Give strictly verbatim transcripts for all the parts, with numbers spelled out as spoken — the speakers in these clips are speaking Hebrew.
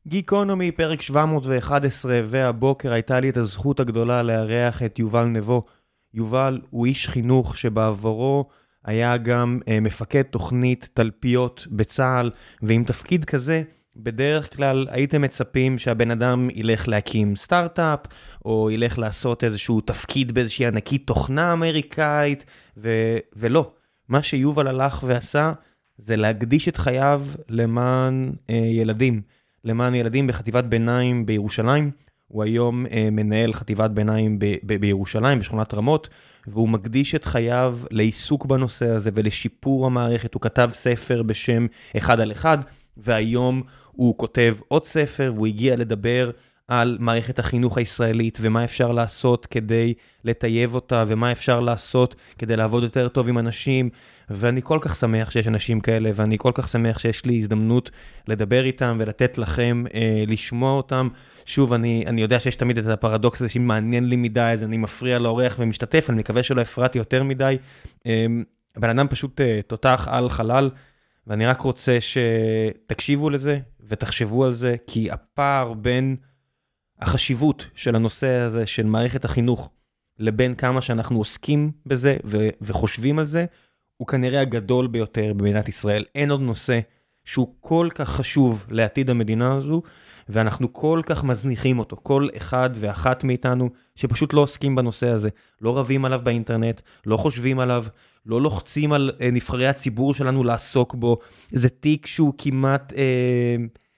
גיקונומי, פרק שבע מאות ואחת עשרה, והבוקר הייתה לי את הזכות הגדולה לארח את יובל נבו. יובל הוא איש חינוך שבעבורו היה גם אה, מפקד תוכנית תלפיות בצה"ל, ועם תפקיד כזה, בדרך כלל הייתם מצפים שהבן אדם ילך להקים סטארט-אפ, או ילך לעשות איזשהו תפקיד באיזושהי ענקית תוכנה אמריקאית, ו- ולא. מה שיובל הלך ועשה, זה להקדיש את חייו למען אה, ילדים. למען ילדים בחטיבת ביניים בירושלים. הוא היום אה, מנהל חטיבת ביניים ב- ב- בירושלים, בשכונת רמות, והוא מקדיש את חייו לעיסוק בנושא הזה ולשיפור המערכת. הוא כתב ספר בשם אחד על אחד, והיום הוא כותב עוד ספר, והוא הגיע לדבר על מערכת החינוך הישראלית, ומה אפשר לעשות כדי לטייב אותה, ומה אפשר לעשות כדי לעבוד יותר טוב עם אנשים, ואני כל כך שמח שיש אנשים כאלה, ואני כל כך שמח שיש לי הזדמנות לדבר איתם, ולתת לכם אה, לשמוע אותם. שוב, אני, אני יודע שיש תמיד את הפרדוקס הזה, שמעניין לי מדי, אז אני מפריע לאורח ומשתתף, אני מקווה שלא הפרעתי יותר מדי. אה, הבן אדם פשוט אה, תותח על חלל, ואני רק רוצה שתקשיבו לזה, ותחשבו על זה, כי הפער בין החשיבות של הנושא הזה, של מערכת החינוך, לבין כמה שאנחנו עוסקים בזה, ו- וחושבים על זה, הוא כנראה הגדול ביותר במדינת ישראל. אין עוד נושא שהוא כל כך חשוב לעתיד המדינה הזו, ואנחנו כל כך מזניחים אותו, כל אחד ואחת מאיתנו, שפשוט לא עוסקים בנושא הזה, לא רבים עליו באינטרנט, לא חושבים עליו, לא לוחצים על אה, נבחרי הציבור שלנו לעסוק בו. זה תיק שהוא כמעט אה,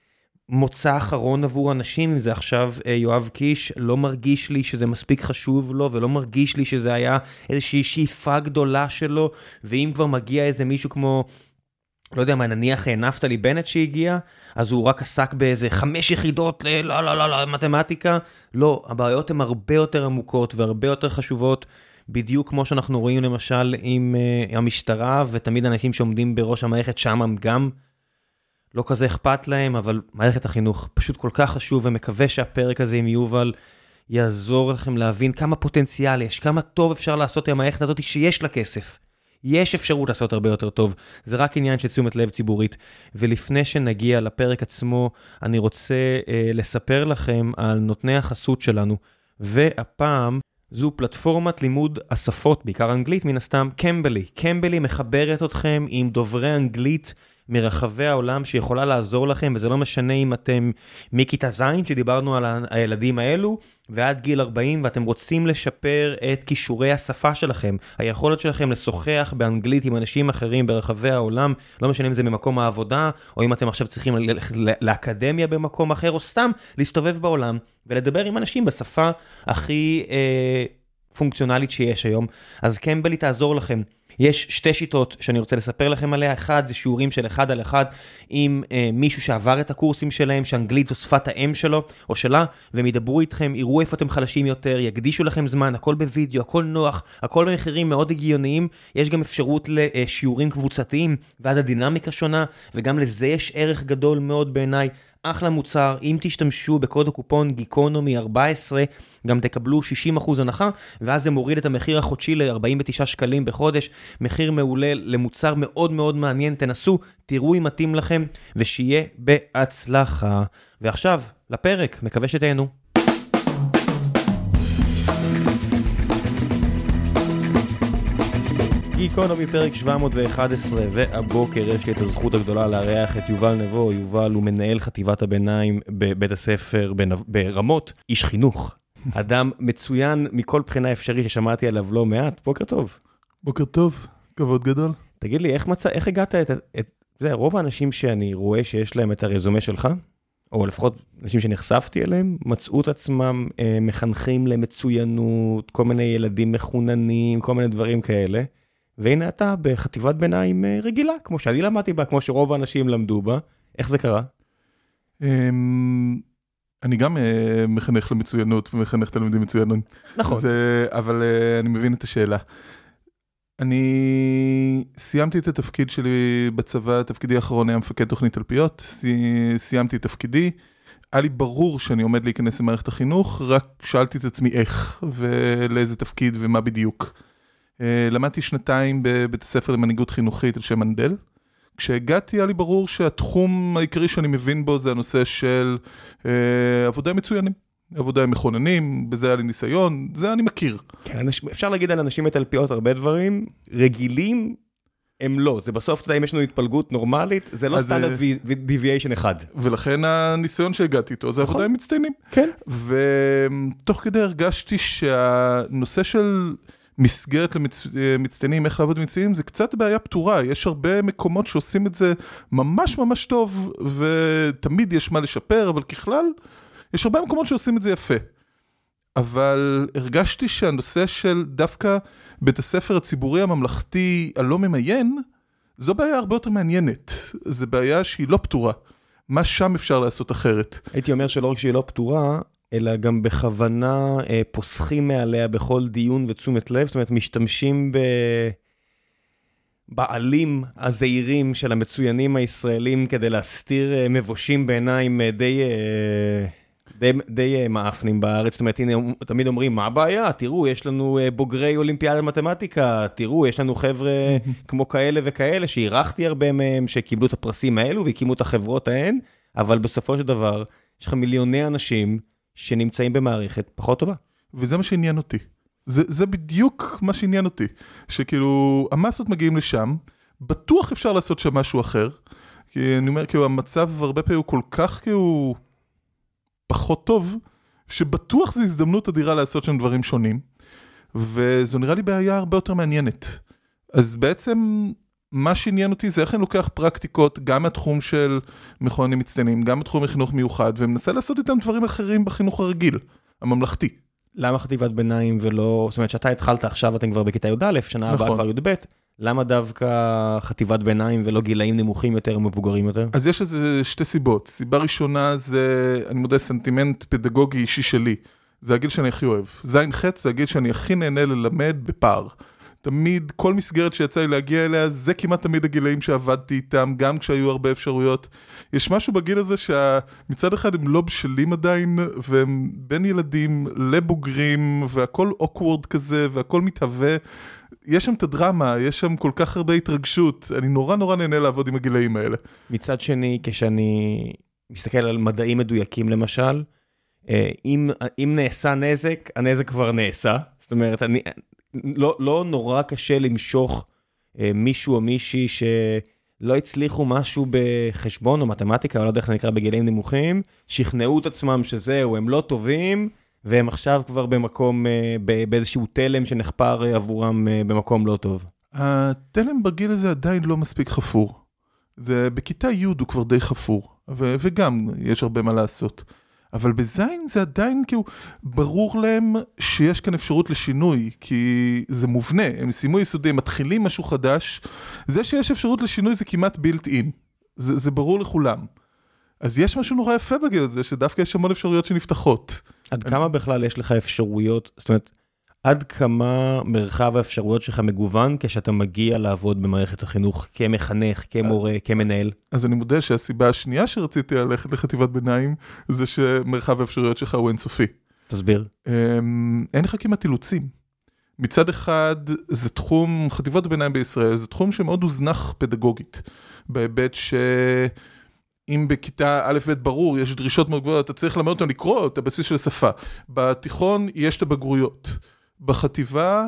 מוצא אחרון עבור אנשים. אם זה עכשיו אה, יואב קיש, לא מרגיש לי שזה מספיק חשוב לו, ולא מרגיש לי שזה היה איזושהי שאיפה גדולה שלו, ואם כבר מגיע איזה מישהו כמו, לא יודע מה, נניח נפתלי בנט שהגיע, אז הוא רק עסק באיזה חמש יחידות, ל- לא, לא, לא, לא, מתמטיקה. לא, הבעיות הן הרבה יותר עמוקות והרבה יותר חשובות, בדיוק כמו שאנחנו רואים למשל עם uh, המשטרה, ותמיד אנשים שעומדים בראש המערכת שם הם גם לא כזה אכפת להם, אבל מערכת החינוך פשוט כל כך חשוב, ומקווה שהפרק הזה עם יובל יעזור לכם להבין כמה פוטנציאל יש, כמה טוב אפשר לעשות עם המערכת הזאת שיש לה כסף. יש אפשרות לעשות הרבה יותר טוב, זה רק עניין של תשומת לב ציבורית. ולפני שנגיע לפרק עצמו, אני רוצה אה, לספר לכם על נותני החסות שלנו, והפעם זו פלטפורמת לימוד השפות, בעיקר אנגלית מן הסתם, קמבלי. קמבלי מחברת אתכם עם דוברי אנגלית מרחבי העולם, שיכולה לעזור לכם, וזה לא משנה אם אתם מכיתה זין, שדיברנו על הילדים האלו, ועד גיל ארבעים, ואתם רוצים לשפר את כישורי השפה שלכם, היכולת שלכם לשוחח באנגלית עם אנשים אחרים ברחבי העולם, לא משנה אם זה ממקום העבודה, או אם אתם עכשיו צריכים ללכת לאקדמיה במקום אחר, או סתם להסתובב בעולם, ולדבר עם אנשים בשפה הכי אה, פונקציונלית שיש היום. אז קמבלי תעזור לכם. יש שתי שיטות שאני רוצה לספר לכם עליה. אחד זה שיעורים של אחד על אחד עם אה, מישהו שעבר את הקורסים שלהם, שאנגלית זו שפת האם שלו או שלה, והם ידברו איתכם, יראו איפה אתם חלשים יותר, יקדישו לכם זמן, הכל בווידאו, הכל נוח, הכל במחירים מאוד הגיוניים. יש גם אפשרות לשיעורים קבוצתיים, ואז הדינמיקה שונה, וגם לזה יש ערך גדול מאוד בעיניי. אחלה מוצר. אם תשתמשו בקוד הקופון גיקונומי ארבע עשרה, גם תקבלו שישים אחוז הנחה, ואז זה מוריד את המחיר החודשי ל-ארבעים ותשעה שקלים בחודש. מחיר מעולה למוצר מאוד מאוד מעניין. תנסו, תראו אם מתאים לכם, ושיהיה בהצלחה. ועכשיו, לפרק, מקווה שתהנו. גיקונומי פרק שבע מאות ואחת עשרה, והבוקר יש לי את הזכות הגדולה לארח את יובל נבו. יובל הוא מנהל חטיבת הביניים בבית הספר ברמות, איש חינוך, אדם מצוין מכל בחינה אפשרית ששמעתי עליו לא מעט. בוקר טוב. בוקר טוב, כבוד גדול. תגיד לי, איך מצא, איך הגעת את, את זה, רוב האנשים שאני רואה שיש להם את הרזומה שלך, או לפחות אנשים שנחשפתי אליהם, מצאו את עצמם אה, מחנכים למצוינות, כל מיני ילדים מחוננים, כל מיני דברים כאלה. והנה אתה בחטיבת ביניים רגילה, כמו שאני למדתי בה, כמו שרוב האנשים למדו בה. איך זה קרה? אני גם מחנך למצוינות ומחנך תלמידים מצוינים. נכון. אבל אני מבין את השאלה. אני סיימתי את התפקיד שלי בצבא, תפקידי האחרון היה מפקד תוכנית תלפיות, סיימתי את תפקידי, היה לי ברור שאני עומד להיכנס למערכת החינוך, רק שאלתי את עצמי איך ולאיזה תפקיד ומה בדיוק. למדתי שנתיים בבית הספר למנהיגות חינוכית על שם מנדל, כשהגעתי היה לי ברור שהתחום העיקרי שאני מבין בו זה הנושא של אה, עבודה עם מצוינים, עבודה עם מכוננים, בזה היה לי ניסיון, זה אני מכיר. כן, אפשר להגיד על אנשים מתלפיות הרבה דברים, רגילים הם לא, זה בסוף, אתה יודע, אם יש לנו התפלגות נורמלית, זה לא סטנדרט דיוויאשן אחד. ולכן הניסיון שהגעתי איתו, זה עבודה עם מצטיינים. כן. ותוך כדי הרגשתי שהנושא של מסגרת למצטיינים, איך לעבוד עם מצטיינים, זה קצת בעיה פתורה. יש הרבה מקומות שעושים את זה ממש ממש טוב, ותמיד יש מה לשפר, אבל ככלל, יש הרבה מקומות שעושים את זה יפה. אבל הרגשתי שהנושא של דווקא בית הספר הציבורי הממלכתי הלא ממיין, זו בעיה הרבה יותר מעניינת. זו בעיה שהיא לא פתורה. מה שם אפשר לעשות אחרת? הייתי אומר שלא רק שהיא לא פתורה, אלא גם בכוונה אה, פוסחים מעליה בכל דיון ותשומת לב, זאת אומרת, משתמשים ב... בעלים הזעירים של המצוינים הישראלים כדי להסתיר אה, מבושים בעיניים אה, די... אה... די, די מאפנים בארץ, זאת אומרת, הנה, תמיד אומרים, מה הבעיה? תראו, יש לנו בוגרי אולימפיאדת מתמטיקה, תראו, יש לנו חבר'ה כמו כאלה וכאלה, שהירחתי הרבה מהם, שקיבלו את הפרסים האלו, והקימו את החברות ההן, אבל בסופו של דבר, יש לך מיליוני אנשים שנמצאים במערכת פחות טובה. וזה מה שעניין אותי. זה, זה בדיוק מה שעניין אותי. שכאילו, המסות מגיעים לשם, בטוח אפשר לעשות שם משהו אחר, כי אני אומר, כאילו, המצב הרבה פעמים הוא כל כך, כאילו... פחות טוב, שבטוח זו הזדמנות אדירה לעשות שם דברים שונים, וזו נראה לי בעיה הרבה יותר מעניינת. אז בעצם מה שעניין אותי זה איך אני לוקח פרקטיקות, גם מהתחום של מכוננים מצטיינים, גם בתחום החינוך מיוחד, ומנסה לעשות איתם דברים אחרים בחינוך הרגיל, הממלכתי. למה חטיבת ביניים ולא, זאת אומרת שאתה התחלת עכשיו, אתם כבר בכיתה י"א, שנה הבאה כבר י"ב, למה דווקא חטיבת ביניים ולא גילאים נמוכים יותר ומבוגרים יותר? אז יש לזה שתי סיבות. סיבה ראשונה זה, אני מודה, סנטימנט פדגוגי אישי שלי. זה הגיל שאני הכי אוהב. זין חץ זה הגיל שאני הכי נהנה ללמד בפער. תמיד, כל מסגרת שיצא לי להגיע אליה, זה כמעט תמיד הגילאים שעבדתי איתם, גם כשהיו הרבה אפשרויות. יש משהו בגיל הזה שמצד אחד הם לא בשלים עדיין, והם בין ילדים לבוגרים, והכל אוקוורד כזה, והכל מתהווה. יש שם את הדרמה, יש שם כל כך הרבה התרגשות, אני נורא נורא נהנה לעבוד עם הגילאים האלה. מצד שני, כשאני מסתכל על מדעים מדויקים למשל, אם, אם נעשה נזק, הנזק כבר נעשה. זאת אומרת, אני, לא, לא נורא קשה למשוך מישהו או מישהי שלא הצליחו משהו בחשבון או מתמטיקה, או לא יודע איך זה נקרא בגילאים נמוכים, שכנעו את עצמם שזהו, הם לא טובים, והם עכשיו כבר במקום, באיזשהו תלם שנחפר עבורם במקום לא טוב. התלם בגיל הזה עדיין לא מספיק חפור. זה, בכיתה י' הוא כבר די חפור, ו- וגם יש הרבה מה לעשות. אבל בזין זה עדיין כאילו, ברור להם שיש כאן אפשרות לשינוי, כי זה מובנה, הם סיימו יסודי, הם מתחילים משהו חדש, זה שיש אפשרות לשינוי זה כמעט built in, זה, זה ברור לכולם. אז יש משהו נורא יפה בגיל הזה, שדווקא יש המון אפשרויות שנפתחות. עד כמה בכלל יש לך אפשרויות, זאת אומרת, עד כמה מרחב האפשרויות שלך מגוון, כשאתה מגיע לעבוד במערכת החינוך, כמחנך, כמורה, כמנהל? אז אני מודה שהסיבה השנייה שרציתי ללכת לחטיבת ביניים, זה שמרחב האפשרויות שלך הוא אינסופי. תסביר. אין לך כמעט אילוצים. מצד אחד, זה תחום, חטיבת ביניים בישראל, זה תחום שמאוד הוזנח פדגוגית, בהיבט ש... אם בכיתה א' ב' ברור, יש דרישות מאוד גבוהות, אתה צריך ללמד אותם לקרוא את הבסיס של השפה. בתיכון יש את הבגרויות. בחטיבה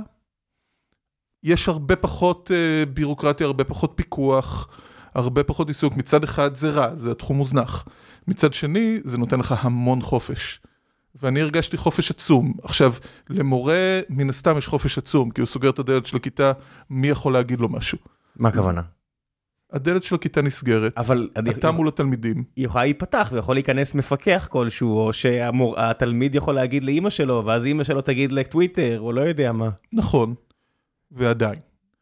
יש הרבה פחות uh, בירוקרטיה, הרבה פחות פיקוח, הרבה פחות עיסוק. מצד אחד זה רע, זה התחום מוזנח. מצד שני, זה נותן לך המון חופש. ואני הרגשתי חופש עצום. עכשיו, למורה מן הסתם יש חופש עצום, כי הוא סוגר את הדלת של הכיתה, מי יכול להגיד לו משהו? מה הכוונה? הדלת של הכיתה נסגרת, אבל אתה מול התלמידים. היא יכולה להיפתח ויכול להיכנס מפקח כלשהו, או שהתלמיד יכול להגיד לאמא שלו, ואז אמא שלו תגיד לטוויטר, או לא יודע מה. נכון, ועדיין.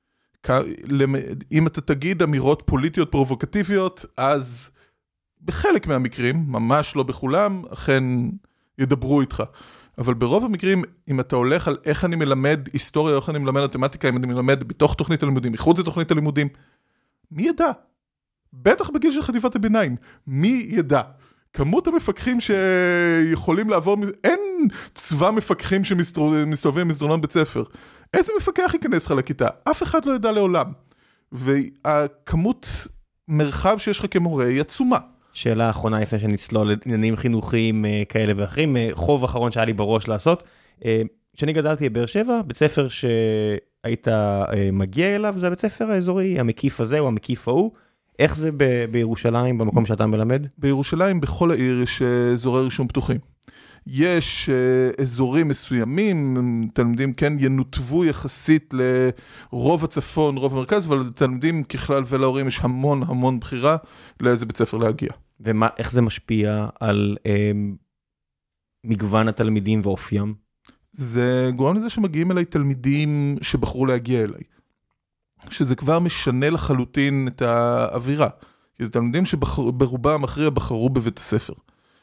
אם אתה תגיד אמירות פוליטיות פרובוקטיביות, אז בחלק מהמקרים, ממש לא בכולם, אכן ידברו איתך. אבל ברוב המקרים, אם אתה הולך על איך אני מלמד היסטוריה, או איך אני מלמד מתמטיקה, אם אני מלמד בתוך תוכנית הלימודים, מחוץ לתוכנית הלימודים, מי ידע? בטח בגיל של חטיבת הביניים. מי ידע? כמות המפקחים שיכולים לעבור, אין צבא מפקחים שמסתובבים במסדרונות בית ספר. איזה מפקח ייכנס לך לכיתה? אף אחד לא ידע לעולם. והכמות המרחב שיש לך כמורה היא עצומה. שאלה האחרונה לפני שנצלול לעניינים חינוכיים כאלה ואחרים, חוב אחרון שהיה לי בראש לעשות. כשאני גדלתי בבאר שבע, בית ספר שהיית מגיע אליו, זה הבית ספר האזורי, המקיף הזה או המקיף ההוא. איך זה ב- בירושלים, במקום שאתה מלמד? בירושלים, בכל העיר יש אזורי רישום פתוחים. יש אזורים מסוימים, תלמידים כן ינותבו יחסית לרוב הצפון, רוב המרכז, אבל תלמידים ככלל ולהורים יש המון המון בחירה לאיזה בית ספר להגיע. ומה, איך זה משפיע על אה, מגוון התלמידים ואופיים? זה גורם לזה שמגיעים אליי תלמידים שבחרו להגיע אליי. שזה כבר משנה לחלוטין את האווירה. כי זה תלמידים שברובם המכריע בחרו בבית הספר.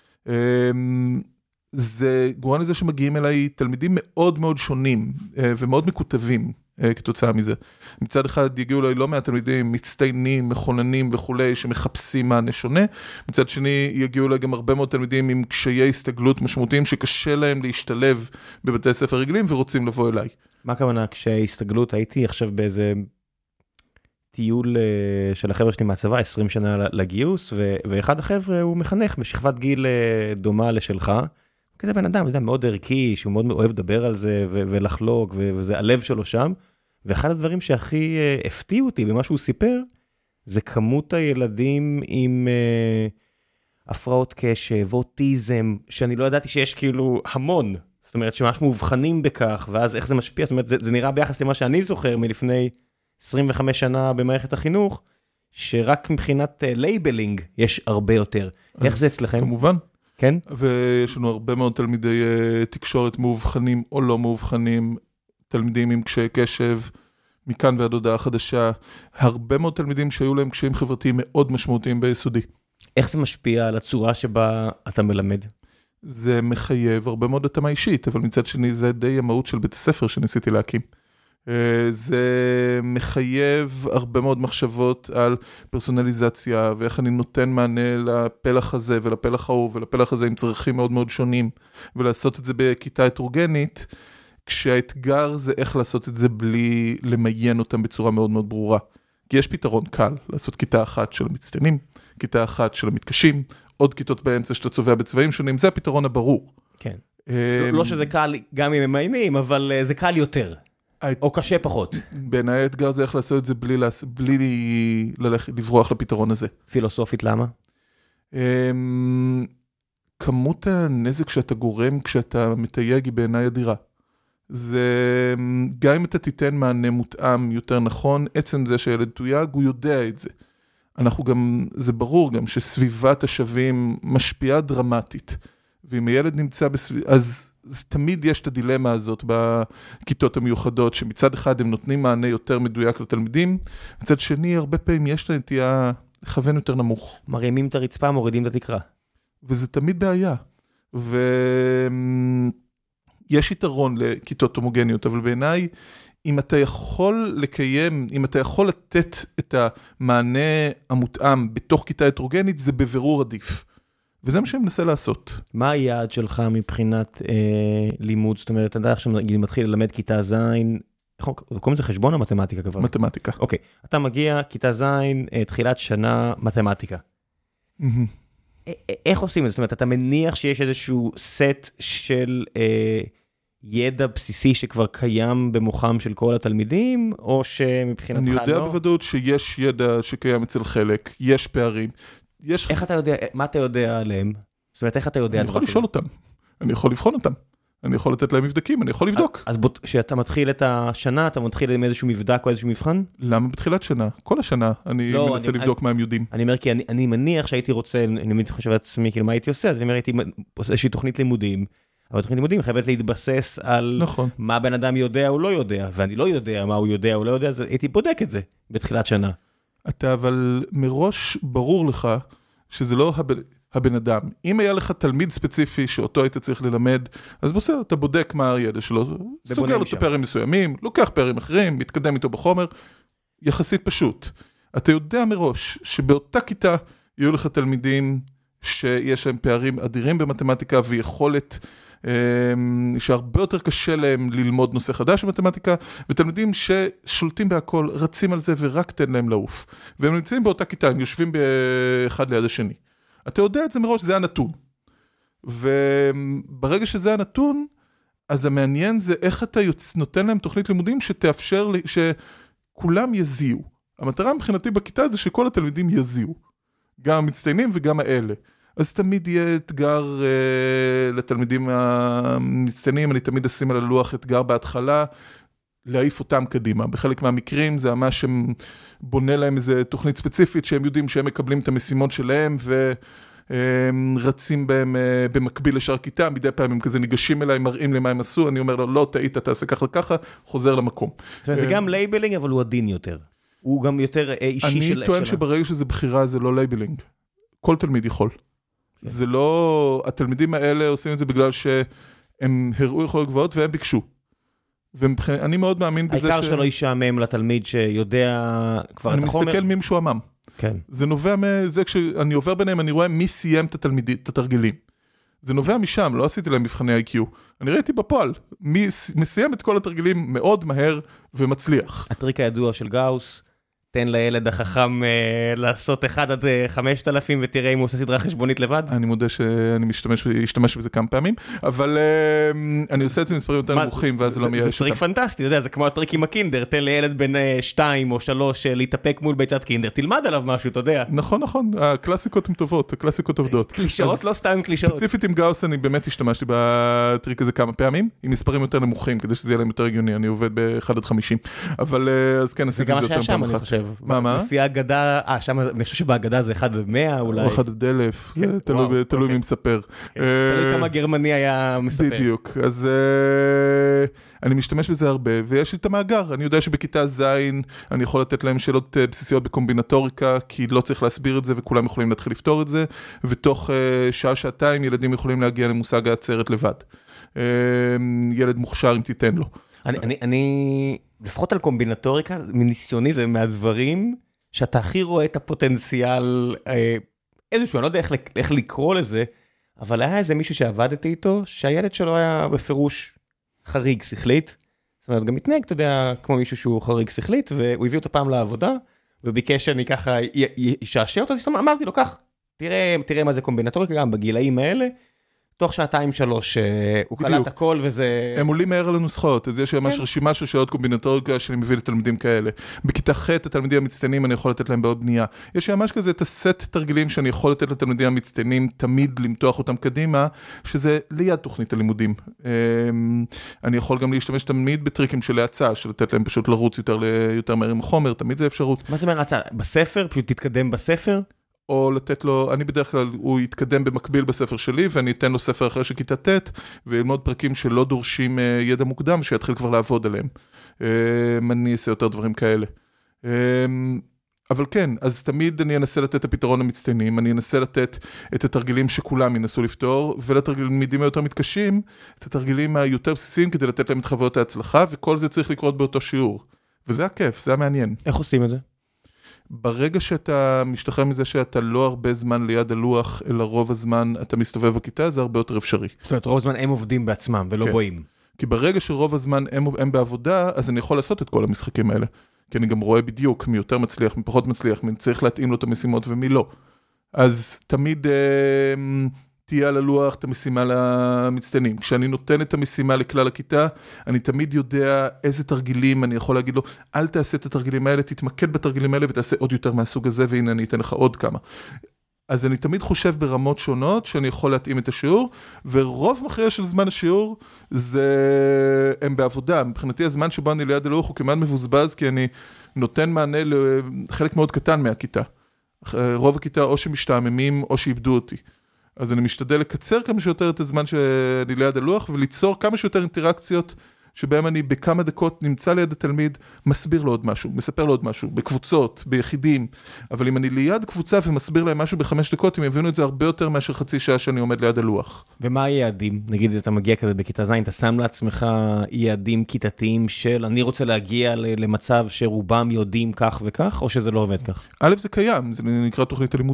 זה גורם לזה שמגיעים אליי תלמידים מאוד מאוד שונים ומאוד מקוטבים כתוצאה מזה. מצד אחד יגיעו אליי לא מעט תלמידים מצטיינים, מכוננים וכולי, שמחפשים מענה שונה. מצד שני יגיעו אליי גם הרבה מאוד תלמידים עם קשיי הסתגלות משמעותיים שקשה להם להשתלב בבתי ספר רגילים ורוצים לבוא אליי. מה הכוונה קשיי הסתגלות? הייתי עכשיו באיזה טיול של החבר'ה שלי מהצבא, עשרים שנה לגיוס, ואחד החבר'ה הוא מחנך בשכבת גיל דומה לשלך, כזה בן אדם, יודע, מאוד ערכי, שהוא מאוד אוהב לדבר על זה, ולחלוק, וזה הלב שלו שם, ואחד הדברים שהכי הפתיעו אותי במה שהוא סיפר, זה כמות הילדים עם הפרעות קשב, אוטיזם, שאני לא ידעתי שיש כאילו המון, זאת אומרת שממש מאובחנים בכך, ואז איך זה משפיע, זאת אומרת, זה, זה נראה ביחס למה שאני זוכר מלפני עשרים וחמש שנה במערכת החינוך, שרק מבחינת לייבלינג יש הרבה יותר. איך זה אצלכם? כמובן. כן? ויש לנו הרבה מאוד תלמידי תקשורת מאובחנים או לא מאובחנים, תלמידים עם קשיי קשב, מכאן ועד הודעה חדשה, הרבה מאוד תלמידים שהיו להם קשיים חברתיים מאוד משמעותיים ביסודי. איך זה משפיע על הצורה שבה אתה מלמד? זה מחייב הרבה מאוד התאמה אישית, אבל מצד שני זה די המהות של בית הספר שניסיתי להקים. זה מחייב הרבה מאוד מחשבות על פרסונליזציה, ואיך אני נותן מענה לפלח הזה ולפלח ההוא, ולפלח הזה עם צרכים מאוד מאוד שונים, ולעשות את זה בכיתה הטרוגנית, כשהאתגר זה איך לעשות את זה בלי למיין אותם בצורה מאוד מאוד ברורה. כי יש פתרון קל, לעשות כיתה אחת של המצטיינים, כיתה אחת של המתקשים, עוד כיתות באמצע שאתה צובע בצבעים שונים, זה הפתרון הברור. כן. לא שזה קל גם אם הם מיינים, אבל זה קל יותר. או קשה פחות. בעיניי האתגר זה איך לעשות את זה בלי, בלי ללכת, לברוח לפתרון הזה. פילוסופית למה? כמות הנזק שאתה גורם כשאתה מתייג היא בעיניי אדירה. זה, גם אם אתה תיתן מענה מותאם יותר נכון, עצם זה שילד תויג, הוא יודע את זה. אנחנו גם, זה ברור גם שסביבת השווים משפיעה דרמטית. ואם הילד נמצא בסביב, אז... אז תמיד יש את הדילמה הזאת בכיתות המיוחדות, שמצד אחד הם נותנים מענה יותר מדויק לתלמידים, מצד שני הרבה פעמים יש להם תהיה לכוון יותר נמוך. מרימים את הרצפה, מורידים את התקרה. וזה תמיד בעיה. ויש יתרון לכיתות הומוגניות, אבל בעיניי, אם אתה יכול לקיים, אם אתה יכול לתת את המענה המותאם בתוך כיתה הטרוגנית, זה בבירור עדיף. וזה מה שאני מנסה לעשות. מה היעד שלך מבחינת אה, לימוד? זאת אומרת, אתה יודע עכשיו, אני מתחיל ללמד כיתה זין, קוראים לזה חשבון או מתמטיקה כבר? מתמטיקה. אוקיי, אתה מגיע, כיתה זין, אה, תחילת שנה, מתמטיקה. Mm-hmm. א- איך עושים את זה? זאת אומרת, אתה מניח שיש איזשהו סט של אה, ידע בסיסי שכבר קיים במוחם של כל התלמידים, או שמבחינתך לא? אני יודע בוודאות שיש ידע שקיים אצל חלק, יש פערים, יש... איך אתה יודע, מה אתה יודע עליהם? זאת אומרת, איך אתה יודע? אני יכול לשאול אותם, אני יכול לבחון אותם, אני יכול לתת להם מבדקים, אני יכול לבדוק. אז כשאתה מתחיל את השנה, אתה מתחיל עם איזשהו מבדק או איזשהו מבחן? למה בתחילת שנה? כל השנה אני מנסה לבדוק מה הם יודעים. אני אומר, כי אני מניח שהייתי רוצה, אני חושב לעצמי, כאילו מה הייתי עושה, אז אני אומר, הייתי עושה איזושהי תוכנית לימודים, אבל תוכנית לימודים חייבת להתבסס על מה בן אדם יודע או לא יודע, ואני לא יודע מה הוא יודע או לא יודע, אז הייתי בודק את זה בתחילת שנה. אתה אבל מראש ברור לך שזה לא הבן, הבן אדם. אם היה לך תלמיד ספציפי שאותו היית צריך ללמד, אז בסדר, אתה בודק מה הידע שלו, סוגר לו את הפערים מסוימים, לוקח פערים אחרים, מתקדם איתו בחומר, יחסית פשוט. אתה יודע מראש שבאותה כיתה יהיו לך תלמידים שיש להם פערים אדירים במתמטיקה ויכולת שהרבה יותר קשה להם ללמוד נושא חדש במתמטיקה, ותלמידים ששולטים בהכל, רצים על זה ורק תן להם לעוף. והם נמצאים באותה כיתה, הם יושבים באחד ליד השני. אתה יודע את זה מראש, זה הנתון. וברגע שזה הנתון, אז המעניין זה איך אתה יוצ... נותן להם תוכנית לימודים שתאפשר לי, שכולם יזיעו. המטרה מבחינתי בכיתה זה שכל התלמידים יזיעו. גם המצטיינים וגם האלה. אז תמיד יהיה אתגר אה, לתלמידים המצטיינים, אני תמיד אשים על הלוח אתגר בהתחלה, להעיף אותם קדימה. בחלק מהמקרים זה ממש שבונה להם איזו תוכנית ספציפית, שהם יודעים שהם מקבלים את המשימות שלהם, והם רצים בהם במקביל לשאר כיתה, מדי פעם הם כזה ניגשים אליי, מראים לי מה הם עשו, אני אומר לו, לא, טעית, תעשה ככה וככה, חוזר למקום. זה גם לייבלינג, אבל הוא עדין יותר. הוא גם יותר אישי של... אני טוען שברגע שזה בחירה, זה לא לייבלינג. כל תלמיד יכול. זה לא... התלמידים האלה עושים את זה בגלל שהם הראו יכולות גבוהות, והם ביקשו. ואני מאוד מאמין בזה ש... העיקר שלא ישעמם לתלמיד שיודע כבר את החומר. אני מסתכל מי משועמם. כן. זה נובע מזה, כשאני עובר ביניהם, אני רואה מי סיים את התלמידים, את התרגילים. זה נובע משם, לא עשיתי להם מבחני איי קיו. אני ראיתי בפועל, מי מסיים את כל התרגילים מאוד מהר ומצליח. הטריק הידוע של גאוס, תן לילד החכם אה, לעשות אחד עד חמשת אלפים ותראה אם הוא עושה סדרה חשבונית לבד. אני מודה שאני משתמש, משתמש בזה כמה פעמים, אבל אה, אני עושה את זה מספרים יותר נמוכים, ואז זה לא מייאש אותם. זה טריק פנטסטי, אתה יודע, זה כמו הטריק עם הקינדר, תן לילד בן שתיים או שלוש להתאפק מול ביצת קינדר, תלמד עליו משהו, אתה יודע. נכון, נכון, הקלאסיקות הן טובות, הקלאסיקות עובדות. קלישאות, לא סתם קלישאות. ספציפית עם גאוס אני באמת השתמשתי בטריק הזה כמה פעמים, עם מספרים יותר נמוכים, כדי שזה יהיה להם יותר הגיוני, אני עובד ב-אחד עד חמישים, אבל אז כן, עשיתי את זה יותר פעם אחת. מה? לפי האגדה, אה, שם, אני חושב שבאגדה זה אחד במאה אולי. או אחד עד אלף, זה תלוי מי מספר. תלוי כמה גרמני היה מספר. בדיוק, אז אני משתמש בזה הרבה, ויש לי את המאגר, אני יודע שבכיתה זין, אני יכול לתת להם שאלות בסיסיות בקומבינטוריקה, כי לא צריך להסביר את זה, וכולם יכולים להתחיל לפתור את זה, ותוך שעה, שעתיים, ילדים יכולים להגיע למושג העצרת לבד. ילד מוכשר אם תיתן לו. אני, אני, אני, לפחות על קומבינטוריקה, מניסיוני זה מהדברים שאתה הכי רואה את הפוטנציאל, איזשהו, אני לא יודע איך, איך לקרוא לזה, אבל היה איזה מישהו שעבדתי איתו, שהילד שלו היה בפירוש חריג שכלית, זאת אומרת, גם מתנהג, אתה יודע, כמו מישהו שהוא חריג שכלית, והוא הביא אותו פעם לעבודה, וביקש שאני ככה ישעשע אותו, אמרתי לו, כך, תראה, תראה מה זה קומבינטוריקה, גם בגילאים האלה, תוך שעתיים שלוש, הוא קלט הכל וזה... הם עולים מהר על הנוסחות, אז יש ממש רשימה של שאלות קומבינטוריקה שאני מביא לתלמידים כאלה. בכיתה ח' התלמידים המצטיינים אני יכול לתת להם בעוד בנייה. יש ממש כזה את הסט תרגילים שאני יכול לתת לתלמידים המצטיינים, תמיד למתוח אותם קדימה, שזה ליד תוכנית הלימודים. אני יכול גם להשתמש תמיד בטריקים של להצעה, של לתת להם פשוט לרוץ יותר, יותר מהר עם החומר, תמיד זה אפשרות. מה זה אומר הצעה? בספר? פשוט תתקדם בספר? או לתת לו, אני בדרך כלל, הוא יתקדם במקביל בספר שלי, ואני אתן לו ספר אחר של כיתה ט', וללמוד פרקים שלא דורשים ידע מוקדם, שיתחיל כבר לעבוד עליהם. אני אעשה יותר דברים כאלה. אבל כן, אז תמיד אני אנסה לתת את הפתרון המצטיינים, אני אנסה לתת את התרגילים שכולם ינסו לפתור, ולתלמידים היותר מתקשים, את התרגילים היותר בסיסיים, כדי לתת להם את חוויות ההצלחה, וכל זה צריך לקרות באותו שיעור. וזה הכיף, זה המעניין. איך עושים את זה? ברגע שאתה משתחרר מזה שאתה לא הרבה זמן ליד הלוח, אלא רוב הזמן אתה מסתובב בכיתה, זה הרבה יותר אפשרי. זאת אומרת, רוב הזמן הם עובדים בעצמם ולא כן. בואים. כי ברגע שרוב הזמן הם, הם בעבודה, אז אני יכול לעשות את כל המשחקים האלה. כי אני גם רואה בדיוק מי יותר מצליח, מי פחות מצליח, מי צריך להתאים לו את המשימות ומי לא. אז תמיד אה, תהיה על הלוח את המשימה למצטיינים. כשאני נותן את המשימה לכלל הכיתה, אני תמיד יודע איזה תרגילים אני יכול להגיד לו, אל תעשה את התרגילים האלה, תתמקד בתרגילים האלה ותעשה עוד יותר מהסוג הזה, והנה אני אתן לך עוד כמה. אז אני תמיד חושב ברמות שונות שאני יכול להתאים את השיעור, ורוב מכריע של זמן השיעור זה הם בעבודה. מבחינתי הזמן שבו אני ליד הלוח הוא כמעט מבוזבז, כי אני נותן מענה לחלק מאוד קטן מהכיתה. רוב הכיתה או שמשתעממים או שאיבדו אותי. אז אני משתדל לקצר כמה שיותר את הזמן שאני ליד הלוח, וליצור כמה שיותר אינטראקציות, שבהם אני בכמה דקות נמצא ליד התלמיד, מסביר לו עוד משהו, מספר לו עוד משהו, בקבוצות, ביחידים, אבל אם אני ליד קבוצה ומסביר להם משהו בחמש דקות, הם יבינו את זה הרבה יותר מאשר חצי שעה שאני עומד ליד הלוח. ומה היעדים? נגיד, אתה מגיע כזה בכיתה זין, אתה שם לעצמך יעדים כיתתיים של, אני רוצה להגיע למצב שרובם יודעים כך וכך, או שזה לא עובד כך? א', זה קיים, זה נקרא תוכנית הלימודים.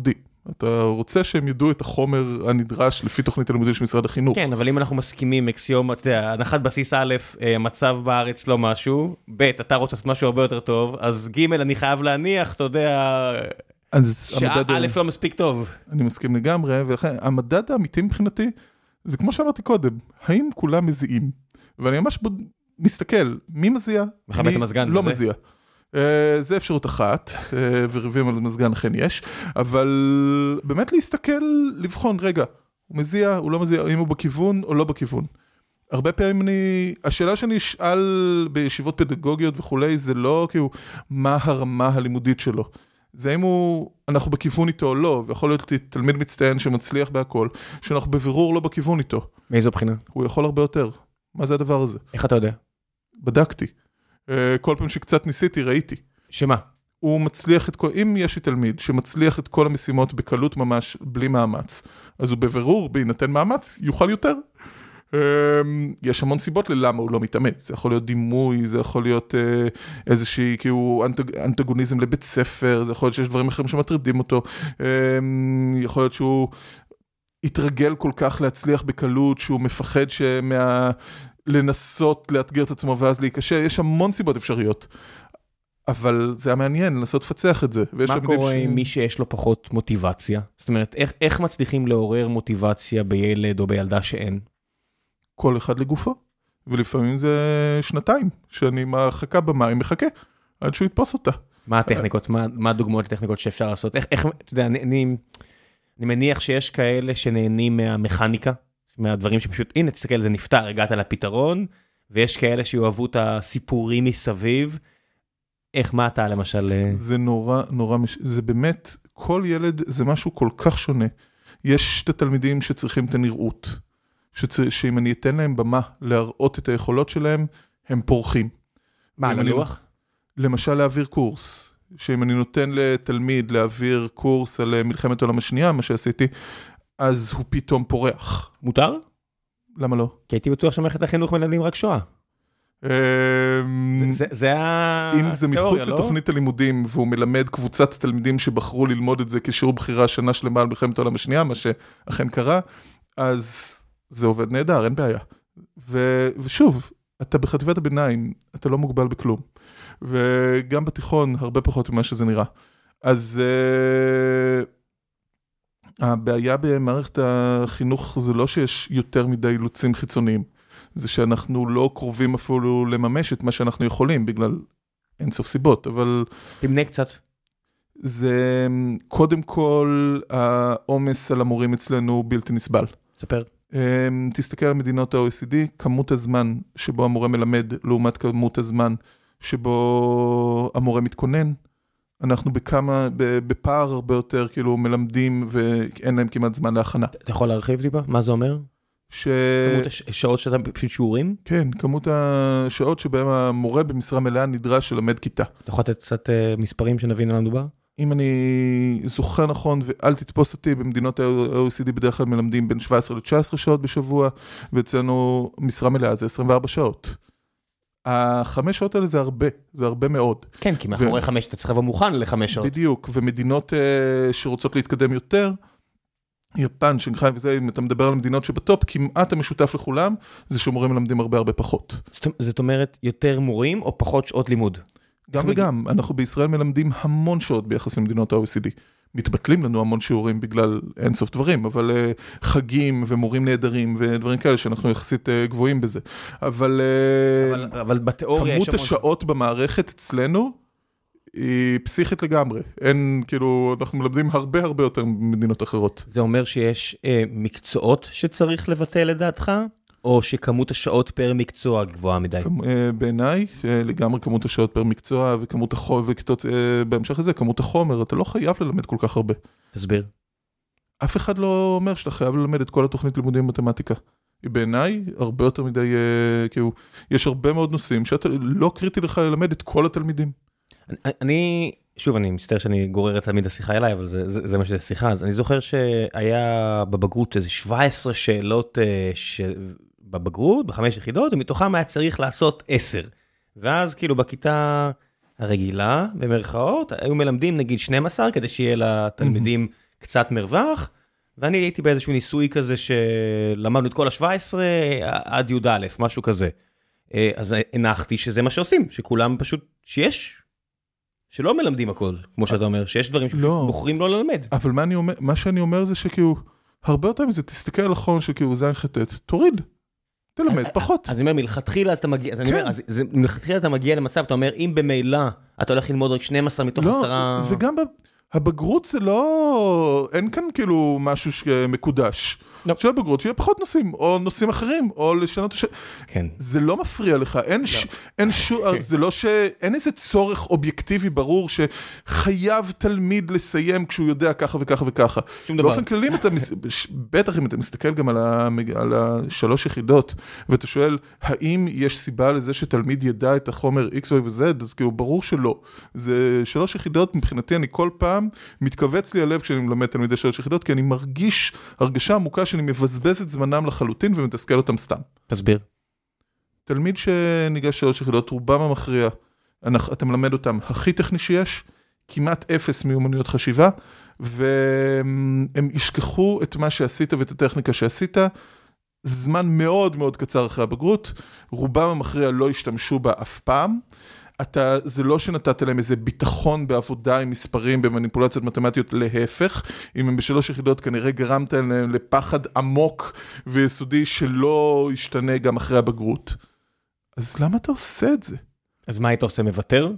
אתה רוצה שהם ידעו את החומר הנדרש לפי תוכנית הלימודים של משרד החינוך. כן, אבל אם אנחנו מסכימים, אקסיומה, אתה יודע, הנחת בסיס א', המצב בארץ לא משהו, ב', אתה רוצה לעשות משהו הרבה יותר טוב, אז ג', אני חייב להניח, אתה יודע, שא' לא מספיק טוב. אני מסכים לגמרי, ולכן המדד האמיתי מבחינתי, זה כמו שאמרתי קודם, האם כולם מזיעים? ואני ממש מסתכל, מי מזיע? מכבה את המזגן. לא מזיע. זה אפשרות אחת, ורבים על מזגן אכן יש, אבל באמת להסתכל, לבחון, רגע, הוא מזיע, הוא לא מזיע, אם הוא בכיוון או לא בכיוון. הרבה פעמים אני, השאלה שאני אשאל בישיבות פדגוגיות וכולי, זה לא כאילו, מה הרמה הלימודית שלו. זה אם הוא, אנחנו בכיוון איתו או לא, ויכול להיות תלמיד מצטיין שמצליח בהכל, שאנחנו בבירור לא בכיוון איתו. מאיזו בחינה? הוא יכול הרבה יותר. מה זה הדבר הזה? איך אתה יודע? בדקתי. כל פעם שקצת ניסיתי, ראיתי. שמה? הוא מצליח את כל, אם יש לי תלמיד שמצליח את כל המשימות בקלות ממש, בלי מאמץ, אז הוא בבירור, בהינתן מאמץ, יוכל יותר. יש המון סיבות ללמה הוא לא מתאמץ. זה יכול להיות דימוי, זה יכול להיות איזושהי, כאילו, אנטגוניזם לבית ספר, זה יכול להיות שיש דברים אחרים שמטרידים אותו, יכול להיות שהוא יתרגל כל כך להצליח בקלות, שהוא מפחד שמה... לנסות לאתגר את עצמו ואז להיקשר, יש המון סיבות אפשריות, אבל זה היה מעניין, לנסות לפצח את זה. מה קורה עם מי שיש לו פחות מוטיבציה? זאת אומרת, איך, איך מצליחים לעורר מוטיבציה בילד או בילדה שאין? כל אחד לגופו, ולפעמים זה שנתיים, שאני מחכה במים, מחכה, עד שהוא יתפוס אותה. מה הטכניקות, מה, מה הדוגמאות לטכניקות שאפשר לעשות? איך, איך, אתה יודע, אני, אני, אני מניח שיש כאלה שנהנים מהמכניקה, מהדברים שפשוט, הנה, תסתכל, זה נפתר, הגעת לפתרון, ויש כאלה שאוהבו את הסיפורים מסביב. איך, מה אתה למשל? זה נורא, נורא, זה באמת, כל ילד זה משהו כל כך שונה. יש את התלמידים שצריכים את הנראות, שצר, שאם אני אתן להם במה להראות את היכולות שלהם, הם פורחים. מה, ללוח? למשל להעביר קורס, שאם אני נותן לתלמיד להעביר קורס על מלחמת העולם השנייה, מה שעשיתי, אז הוא פתאום פורח. מותר? למה לא? כי הייתי בטוח שמערכת החינוך מלמדים רק שואה. זה התיאוריה, לא? אם זה מחוץ לתוכנית הלימודים, והוא מלמד קבוצת תלמידים שבחרו ללמוד את זה כשיעור בחירה שנה שלמה על מלחמת העולם השנייה, מה שאכן קרה, אז זה עובד נהדר, אין בעיה. ושוב, אתה בחטיבת הביניים, אתה לא מוגבל בכלום. וגם בתיכון, הרבה פחות ממה שזה נראה. אז הבעיה במערכת החינוך זה לא שיש יותר מדי אילוצים חיצוניים, זה שאנחנו לא קרובים אפילו לממש את מה שאנחנו יכולים, בגלל אין סוף סיבות, אבל... תמנה קצת. זה קודם כל, העומס על המורים אצלנו בלתי נסבל. ספר. תסתכל על מדינות ה-או אי סי די, כמות הזמן שבו המורה מלמד, לעומת כמות הזמן שבו המורה מתכונן, אנחנו בכמה, בפער הרבה יותר, כאילו, מלמדים ואין להם כמעט זמן להכנה. אתה יכול להרחיב טיפה? מה זה אומר? ש... כמות השעות שאתה פשוט שיעורים? כן, כמות השעות שבהם המורה במשרה מלאה נדרש ללמד כיתה. אתה יכול לתת קצת מספרים שנבין על מדובר? אם אני זוכר נכון, ואל תתפוס אותי, במדינות ה-או אי סי די בדרך כלל מלמדים בין שבע עשרה ל-תשע עשרה שעות בשבוע, ואצלנו משרה מלאה זה עשרים וארבע שעות. החמש שעות האלה זה הרבה, זה הרבה מאוד. כן, כי מאחורי חמש אתה צריך לבוא מוכן לחמש שעות. בדיוק, ומדינות שרוצות להתקדם יותר, יפן, שנגחאי וזה, אם אתה מדבר על מדינות שבטופ, כמעט המשותף לכולם, זה שמורים מלמדים הרבה הרבה פחות. זאת אומרת, יותר מורים או פחות שעות לימוד? גם וגם, אנחנו בישראל מלמדים המון שעות ביחס למדינות ה-או אי סי די. מתבטלים לנו המון שיעורים בגלל אין סוף דברים, אבל uh, חגים ומורים נהדרים ודברים כאלה שאנחנו יחסית uh, גבוהים בזה. אבל, uh, אבל, אבל בתיאוריה כמות השעות ש... במערכת אצלנו היא פסיכית לגמרי. אין, כאילו, אנחנו מלמדים הרבה הרבה יותר ממדינות אחרות. זה אומר שיש uh, מקצועות שצריך לבטל לדעתך? או שכמות השעות פר מקצוע גבוהה מדי? בעיניי, לגמרי כמות השעות פר מקצוע, וכמות החומר, וכתות, בהמשך לזה, כמות החומר, אתה לא חייב ללמד כל כך הרבה. תסביר. אף אחד לא אומר שאתה חייב ללמד את כל התוכנית לימודים מתמטיקה. בעיניי, הרבה יותר מדי, כאילו, יש הרבה מאוד נושאים, שאתה לא קריטי לך ללמד את כל התלמידים. אני, שוב, אני מסתר שאני גורר את תלמיד השיחה אליי, אבל זה, זה, זה מה שזה שיחה. אז אני זוכר שהיה בבגרות איזה שבע עשרה שאלות ש... בבגרות, בחמש יחידות, ומתוכם היה צריך לעשות עשר. ואז כאילו בכיתה הרגילה, במרכאות, היו מלמדים נגיד שתים עשרה, כדי שיהיה לתלמידים קצת מרווח, ואני הייתי באיזשהו ניסוי כזה שלמדנו את כל ה-שבע עשרה עד י' א', משהו כזה. אז הנחתי שזה מה שעושים, שכולם פשוט, שיש, שלא מלמדים הכל, כמו שאתה אומר, שיש דברים שבוחרים לא ללמד. אבל מה, אני אומר, מה שאני אומר זה שכאילו, הרבה יותר מזה, תסתכל על החון שכאילו זין חטט, תוריד, תלמד פחות. אז אני אומר, מלכתחילה אז אתה מגיע, אז אני אומר, אז מלכתחילה אתה מגיע למצב, אתה אומר, אם במילא אתה הולך ללמוד רק שנים עשר מתוך עשרה... לא, וגם הבגרות זה לא, אין כאן כאילו משהו שמקודש. של הבגרות, שיהיה פחות נושאים, או נושאים אחרים, או לשנות... כן. זה לא מפריע לך, אין ש... אין שו... זה לא ש... אין איזה צורך אובייקטיבי ברור שחייב תלמיד לסיים כשהוא יודע ככה וככה וככה. שום דבר. באופן כללי, אתה... בטח אם אתה מסתכל גם על, ה... על השלוש יחידות, ואתה שואל, האם יש סיבה לזה שתלמיד ידע את החומר X, Y ו-Z? אז כאילו, ברור שלא. זה שלוש יחידות, מבחינתי אני כל פעם מתכווץ לי הלב כשאני מלמד תלמידי שלוש יחידות, כי אני מרגיש הרגשה עמוקה שאני מבזבז את זמנם לחלוטין ומתסכל אותם סתם. תסביר. תלמיד שניגש שלוש יחידות, רובם המכריע, אתה מלמד אותם הכי טכני שיש, כמעט אפס מיומנויות חשיבה, והם ישכחו את מה שעשית ואת הטכניקה שעשית, זמן מאוד מאוד קצר אחרי הבגרות, רובם המכריע לא השתמשו בה אף פעם, אתה, זה לא שנתת להם איזה ביטחון בעבודה עם מספרים, במניפולציות מתמטיות, להפך, אם הם בשלוש יחידות כנראה גרמת להם לפחד עמוק ויסודי שלא ישתנה גם אחרי הבגרות. אז למה אתה עושה את זה? אז מה היית עושה, מוותר?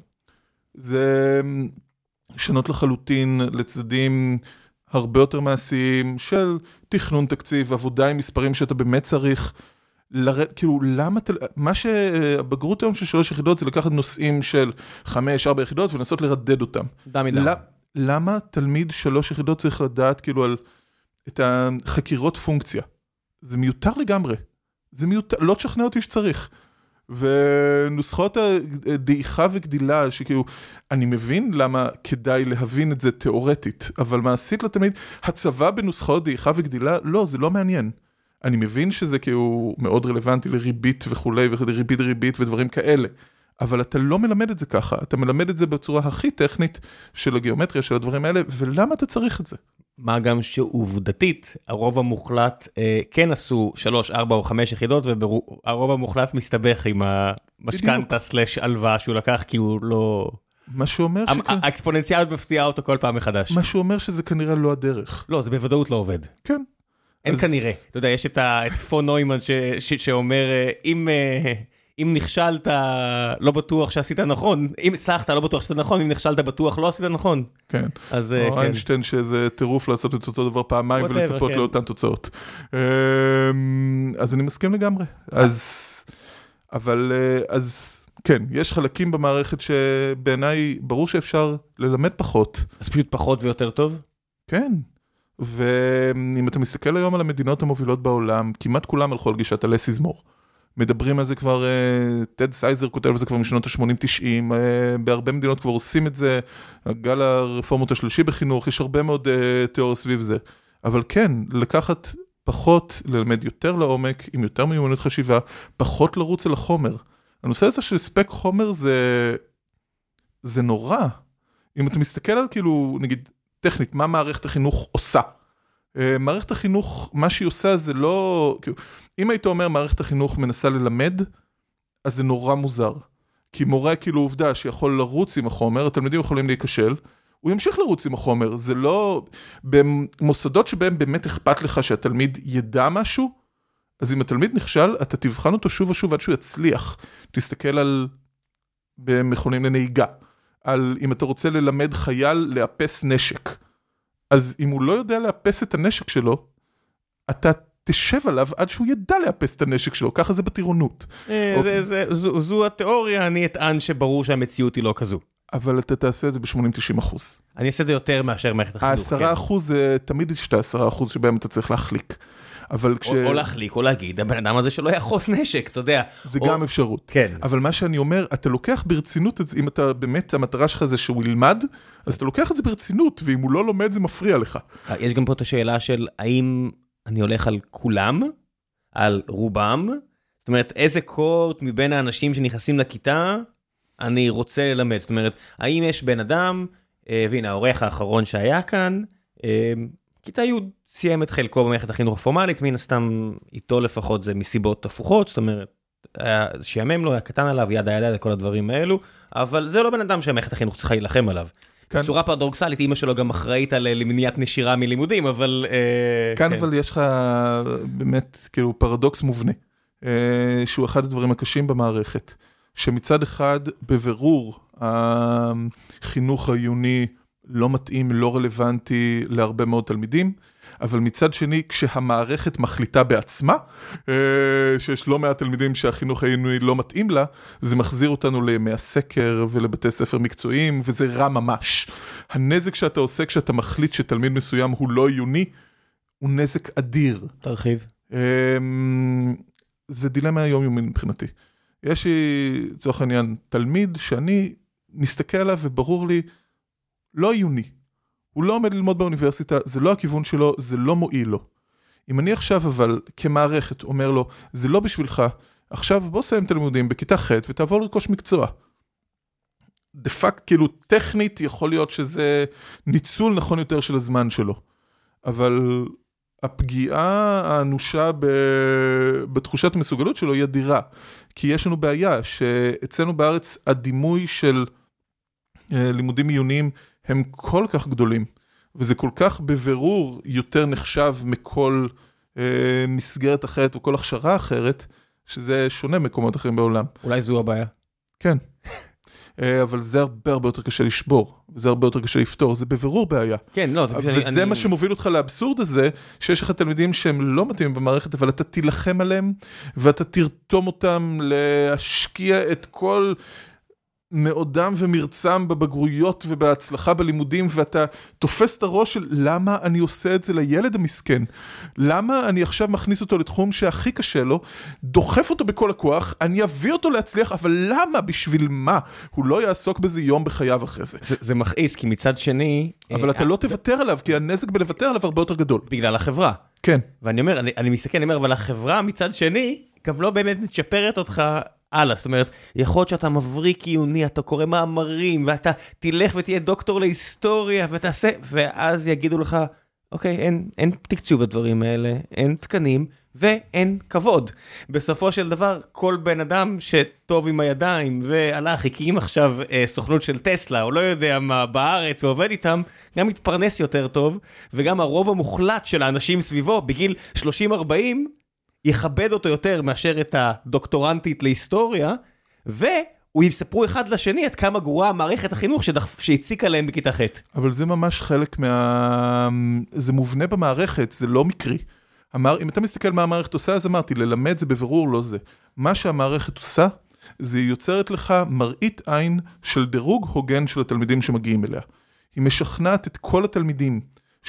זה שנות לחלוטין לצדדים הרבה יותר מעשיים של תכנון תקציב, עבודה עם מספרים שאתה באמת צריך, לרד, כאילו, למה, מה שהבגרות היום של שלוש יחידות זה לקחת נושאים של חמש, ארבע יחידות ולנסות לרדד אותם. דם דם. למה תלמיד שלוש יחידות צריך לדעת כאילו על את החקירות פונקציה? זה מיותר לגמרי. זה מיותר, לא תשכנע אותי שצריך. ונוסחות הדעיכה וגדילה, שכאילו, אני מבין למה כדאי להבין את זה תיאורטית, אבל מעשית לתלמיד, הצבא בנוסחות דעיכה וגדילה, לא, זה לא מעניין. אני מבין שזה כאילו מאוד רלוונטי לריבית וכולי, וריבית ריבית ודברים כאלה, אבל אתה לא מלמד את זה ככה, אתה מלמד את זה בצורה הכי טכנית של הגיאומטריה, של הדברים האלה, ולמה אתה צריך את זה? מה גם שעובדתית, הרוב המוחלט אה, כן עשו שלוש, ארבע או חמש יחידות, והרוב המוחלט מסתבך עם המשכנתה סלש הלוואה שהוא לקח, כי הוא לא... מה שאומר שכן... האקספוננציאלית מפתיעה אותו כל פעם מחדש. מה שאומר שזה כנראה לא הדרך. לא, זה בוודאות לא עובד. כן. אין אז... כנראה. אתה יודע, יש את, ה... את פון נוימן ש... ש... שאומר, אם... אם נכשלת, לא בטוח שעשית נכון, אם הצלחת, לא בטוח שעשית נכון, אם נכשלת בטוח, לא עשית נכון. כן. אז או כן. איינשטיין שזה טירוף לעשות את אותו דבר פעמיים whatever, ולצפות כן. לאותן תוצאות. אז אני מסכים לגמרי. אז, אבל, אז, כן, יש חלקים במערכת שבעיניי ברור שאפשר ללמד פחות. אז פשוט פחות ויותר טוב? כן. ואם אתה מסתכל היום על המדינות המובילות בעולם, כמעט כולם הלכו על גישת הלס איז מור. מדברים על זה כבר, טד סייזר כותב על זה כבר משנות ה-שמונים תשעים, בהרבה מדינות כבר עושים את זה, גל הרפורמות השלישי בחינוך, יש הרבה מאוד תיאוריה סביב זה. אבל כן, לקחת פחות, ללמד יותר לעומק, עם יותר מיומנות חשיבה, פחות לרוץ על החומר. הנושא הזה של ספק חומר זה, זה נורא. אם אתה מסתכל על כאילו, נגיד, טכנית, מה מערכת החינוך עושה? מערכת החינוך, מה שהיא עושה זה לא, כאילו, אם היית אומר מערכת החינוך מנסה ללמד, אז זה נורא מוזר. כי מורה כאילו עובדה שיכול לרוץ עם החומר, התלמידים יכולים להיכשל, הוא ימשיך לרוץ עם החומר, זה לא, במוסדות שבהם באמת אכפת לך שהתלמיד ידע משהו, אז אם התלמיד נכשל, אתה תבחן אותו שוב ושוב עד שהוא יצליח. תסתכל על, במכונים לנהיגה, על אם אתה רוצה ללמד חייל לאפס נשק. אז אם הוא לא יודע לאפס את הנשק שלו, אתה תשב עליו עד שהוא ידע לאפס את הנשק שלו, ככה זה בטירונות. זו התיאוריה, אני אטען שברור שהמציאות היא לא כזו. אבל אתה תעשה את זה ב-שמונים תשעים אחוז. אני אעשה את זה יותר מאשר מערכת החינוך. ה-עשרה אחוז זה תמיד יש את ה-עשרה אחוז שבהם אתה צריך להחליק. אבל כש... או להחליק, או להגיד, הבן אדם הזה שלא יחוס נשק, אתה יודע. זה גם אפשרות. כן. אבל מה שאני אומר, אתה לוקח ברצינות, אם אתה באמת, המטרה שלך זה שהוא ילמד, אז אתה לוקח את זה ברצינות, ואם הוא לא לומד, זה מפריע לך. יש גם פה את השאלה של, האם אני הולך על כולם, על רובם, זאת אומרת, איזה קורט מבין האנשים שנכנסים לכיתה, אני רוצה ללמד. זאת אומרת, האם יש בן אדם, והנה, העורך האחרון שהיה כאן, כיתה י' סיים את חלקו במערכת החינוך הפורמלית, מן הסתם איתו לפחות זה מסיבות הפוכות, זאת אומרת, שיאמם לו, היה קטן עליו, ידה ידה, ידה, כל הדברים האלו, אבל זה לא בן אדם שהמערכת החינוך צריכה להילחם עליו. כן. בצורה פרדוקסלית, אמא שלו גם אחראית על למניעת נשירה מלימודים, אבל... כאן כן. אבל יש לך באמת כאילו פרדוקס מובנה, שהוא אחד הדברים הקשים במערכת, שמצד אחד בבירור החינוך העיוני לא מתאים, לא רלוונטי להרבה מאוד תלמידים, אבל מצד שני, כשהמערכת מחליטה בעצמה, שיש לא מעט תלמידים שהחינוך העיוני לא מתאים לה, זה מחזיר אותנו לימי הסקר ולבתי ספר מקצועיים, וזה רע ממש. הנזק שאתה עושה כשאתה מחליט שתלמיד מסוים הוא לא עיוני, הוא נזק אדיר. תרחיב. זה דילמה היומיומית מבחינתי. יש לי, לצורך העניין, תלמיד שאני מסתכל עליו וברור לי, לא עיוני. הוא לא עומד ללמוד באוניברסיטה, זה לא הכיוון שלו, זה לא מועיל לו. אם אני עכשיו אבל כמערכת אומר לו, זה לא בשבילך, עכשיו בוא סיים את הלימודים בכיתה ח' ותעבור לרכוש מקצוע. דה פאקט, כאילו טכנית יכול להיות שזה ניצול נכון יותר של הזמן שלו. אבל הפגיעה האנושה בתחושת המסוגלות שלו היא אדירה. כי יש לנו בעיה שאצלנו בארץ הדימוי של לימודים עיוניים הם כל כך גדולים, וזה כל כך בבירור יותר נחשב מכל אה, מסגרת אחרת או כל הכשרה אחרת, שזה שונה מקומות אחרים בעולם. אולי זו הבעיה. כן. אה, אבל זה הרבה הרבה יותר קשה לשבור, וזה הרבה יותר קשה לפתור, זה בבירור בעיה. כן, לא. וזה אני... מה שמוביל אותך לאבסורד הזה, שיש לך תלמידים שהם לא מתאימים במערכת, אבל אתה תילחם עליהם, ואתה תרתום אותם להשקיע את כל... מעודם ומרצם בבגרויות ובהצלחה בלימודים, ואתה תופס את הראש של למה אני עושה את זה לילד המסכן, למה אני עכשיו מכניס אותו לתחום שהכי קשה לו, דוחף אותו בכל הכוח, אני אביא אותו להצליח, אבל למה, בשביל מה? הוא לא יעסוק בזה יום בחייו אחרי זה. זה, זה מכעיס, כי מצד שני... אבל אתה לא תוותר עליו, כי הנזק בלוותר עליו הרבה יותר גדול. בגלל החברה. כן. ואני אומר, אני, אני מסתכל, אני אומר, אבל החברה מצד שני, גם לא באמת מצ'פרת אותך הלאה, זאת אומרת, יכול להיות שאתה מבריק עיוני, אתה קורא מאמרים, ואתה תלך ותהיה דוקטור להיסטוריה, ותעשה, ואז יגידו לך, אוקיי, אין, אין תקצוב הדברים האלה, אין תקנים, ואין כבוד. בסופו של דבר, כל בן אדם שטוב עם הידיים, והלך, הקים עכשיו אה, סוכנות של טסלה, או לא יודע מה, בארץ, ועובד איתם, גם מתפרנס יותר טוב, וגם הרוב המוחלט של האנשים סביבו, בגיל שלושים ארבעים, יכבד אותו יותר מאשר את הדוקטורנטית להיסטוריה, והוא יספרו אחד לשני עד כמה גרועה מערכת החינוך שהציק עליהם בכיתה ח'. אבל זה ממש חלק מה... זה מובנה במערכת, זה לא מקרי. המער... אם אתה מסתכל מה המערכת עושה, אז אמרתי, ללמד זה בבירור לא זה. מה שהמערכת עושה, זה יוצרת לך מראית עין של דירוג הוגן של התלמידים שמגיעים אליה. היא משכנעת את כל התלמידים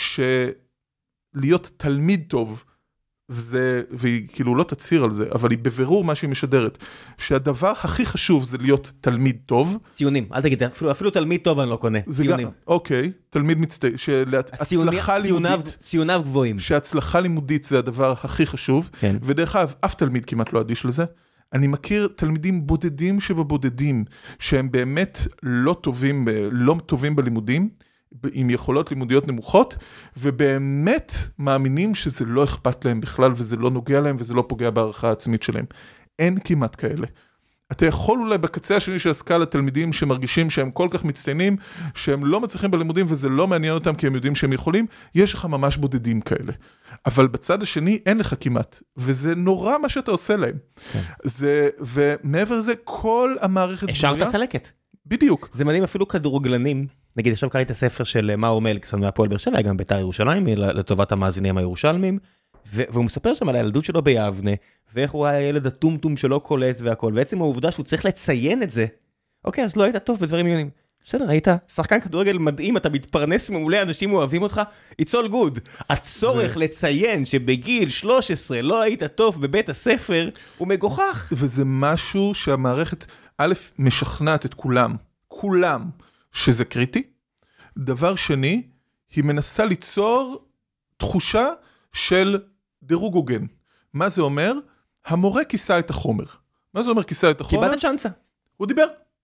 שלהיות תלמיד טוב, זה, והיא כאילו לא תצהיר על זה, אבל היא בבירור מה שהיא משדרת, שהדבר הכי חשוב זה להיות תלמיד טוב. ציונים, אל תגיד, אפילו, אפילו תלמיד טוב אני לא קונה, ציונים. גם, אוקיי, תלמיד מצטער, שהצלחה לימודית, ציוניו גבוהים. שהצלחה לימודית זה הדבר הכי חשוב, כן. ודרך אגב, אף תלמיד כמעט לא אדיש לזה. אני מכיר תלמידים בודדים שבבודדים, שהם באמת לא טובים, לא טובים בלימודים, עם יכולות לימודיות נמוכות, ובאמת מאמינים שזה לא אכפת להם בכלל, וזה לא נוגע להם, וזה לא פוגע בערכה העצמית שלהם. אין כמעט כאלה. אתה יכול אולי בקצה השני של הסקאלה, תלמידים שמרגישים שהם כל כך מצטיינים, שהם לא מצליחים בלימודים, וזה לא מעניין אותם כי הם יודעים שהם יכולים, יש לך ממש בודדים כאלה. אבל בצד השני אין לך כמעט, וזה נורא מה שאתה עושה להם. כן. זה, ומעבר לזה, כל המערכת... השארת צלקת. בדיוק. זה מדהים אפילו כדורגלנים, נגיד עכשיו קראתי את הספר של מאור מליקסון מהפועל באר שבע, גם בית"ר ירושלים, לטובת המאזינים הירושלמים, והוא מספר שם על הילדות שלו ביבנה, ואיך הוא היה ילד הטומטום שלא קולט והכל, ועצם העובדה שהוא צריך לציין את זה, אוקיי, אז לא היית טוב בדברים עיוניים. בסדר, היית שחקן כדורגל מדהים, אתה מתפרנס מעולה, אנשים אוהבים אותך, it's all good. הצורך לציין שבגיל שלוש עשרה לא היית טוב בבית הספר, הוא מגוחך. וזה משהו שהמערכת, א', משכנעת את כולם, כולם, שזה קריטי. דבר שני, היא מנסה ליצור תחושה של דירוג הוגן. מה זה אומר? המורה כיסה את החומר. מה זה אומר כיסה את החומר? קיבלת צ'אנסה. הוא דיבר.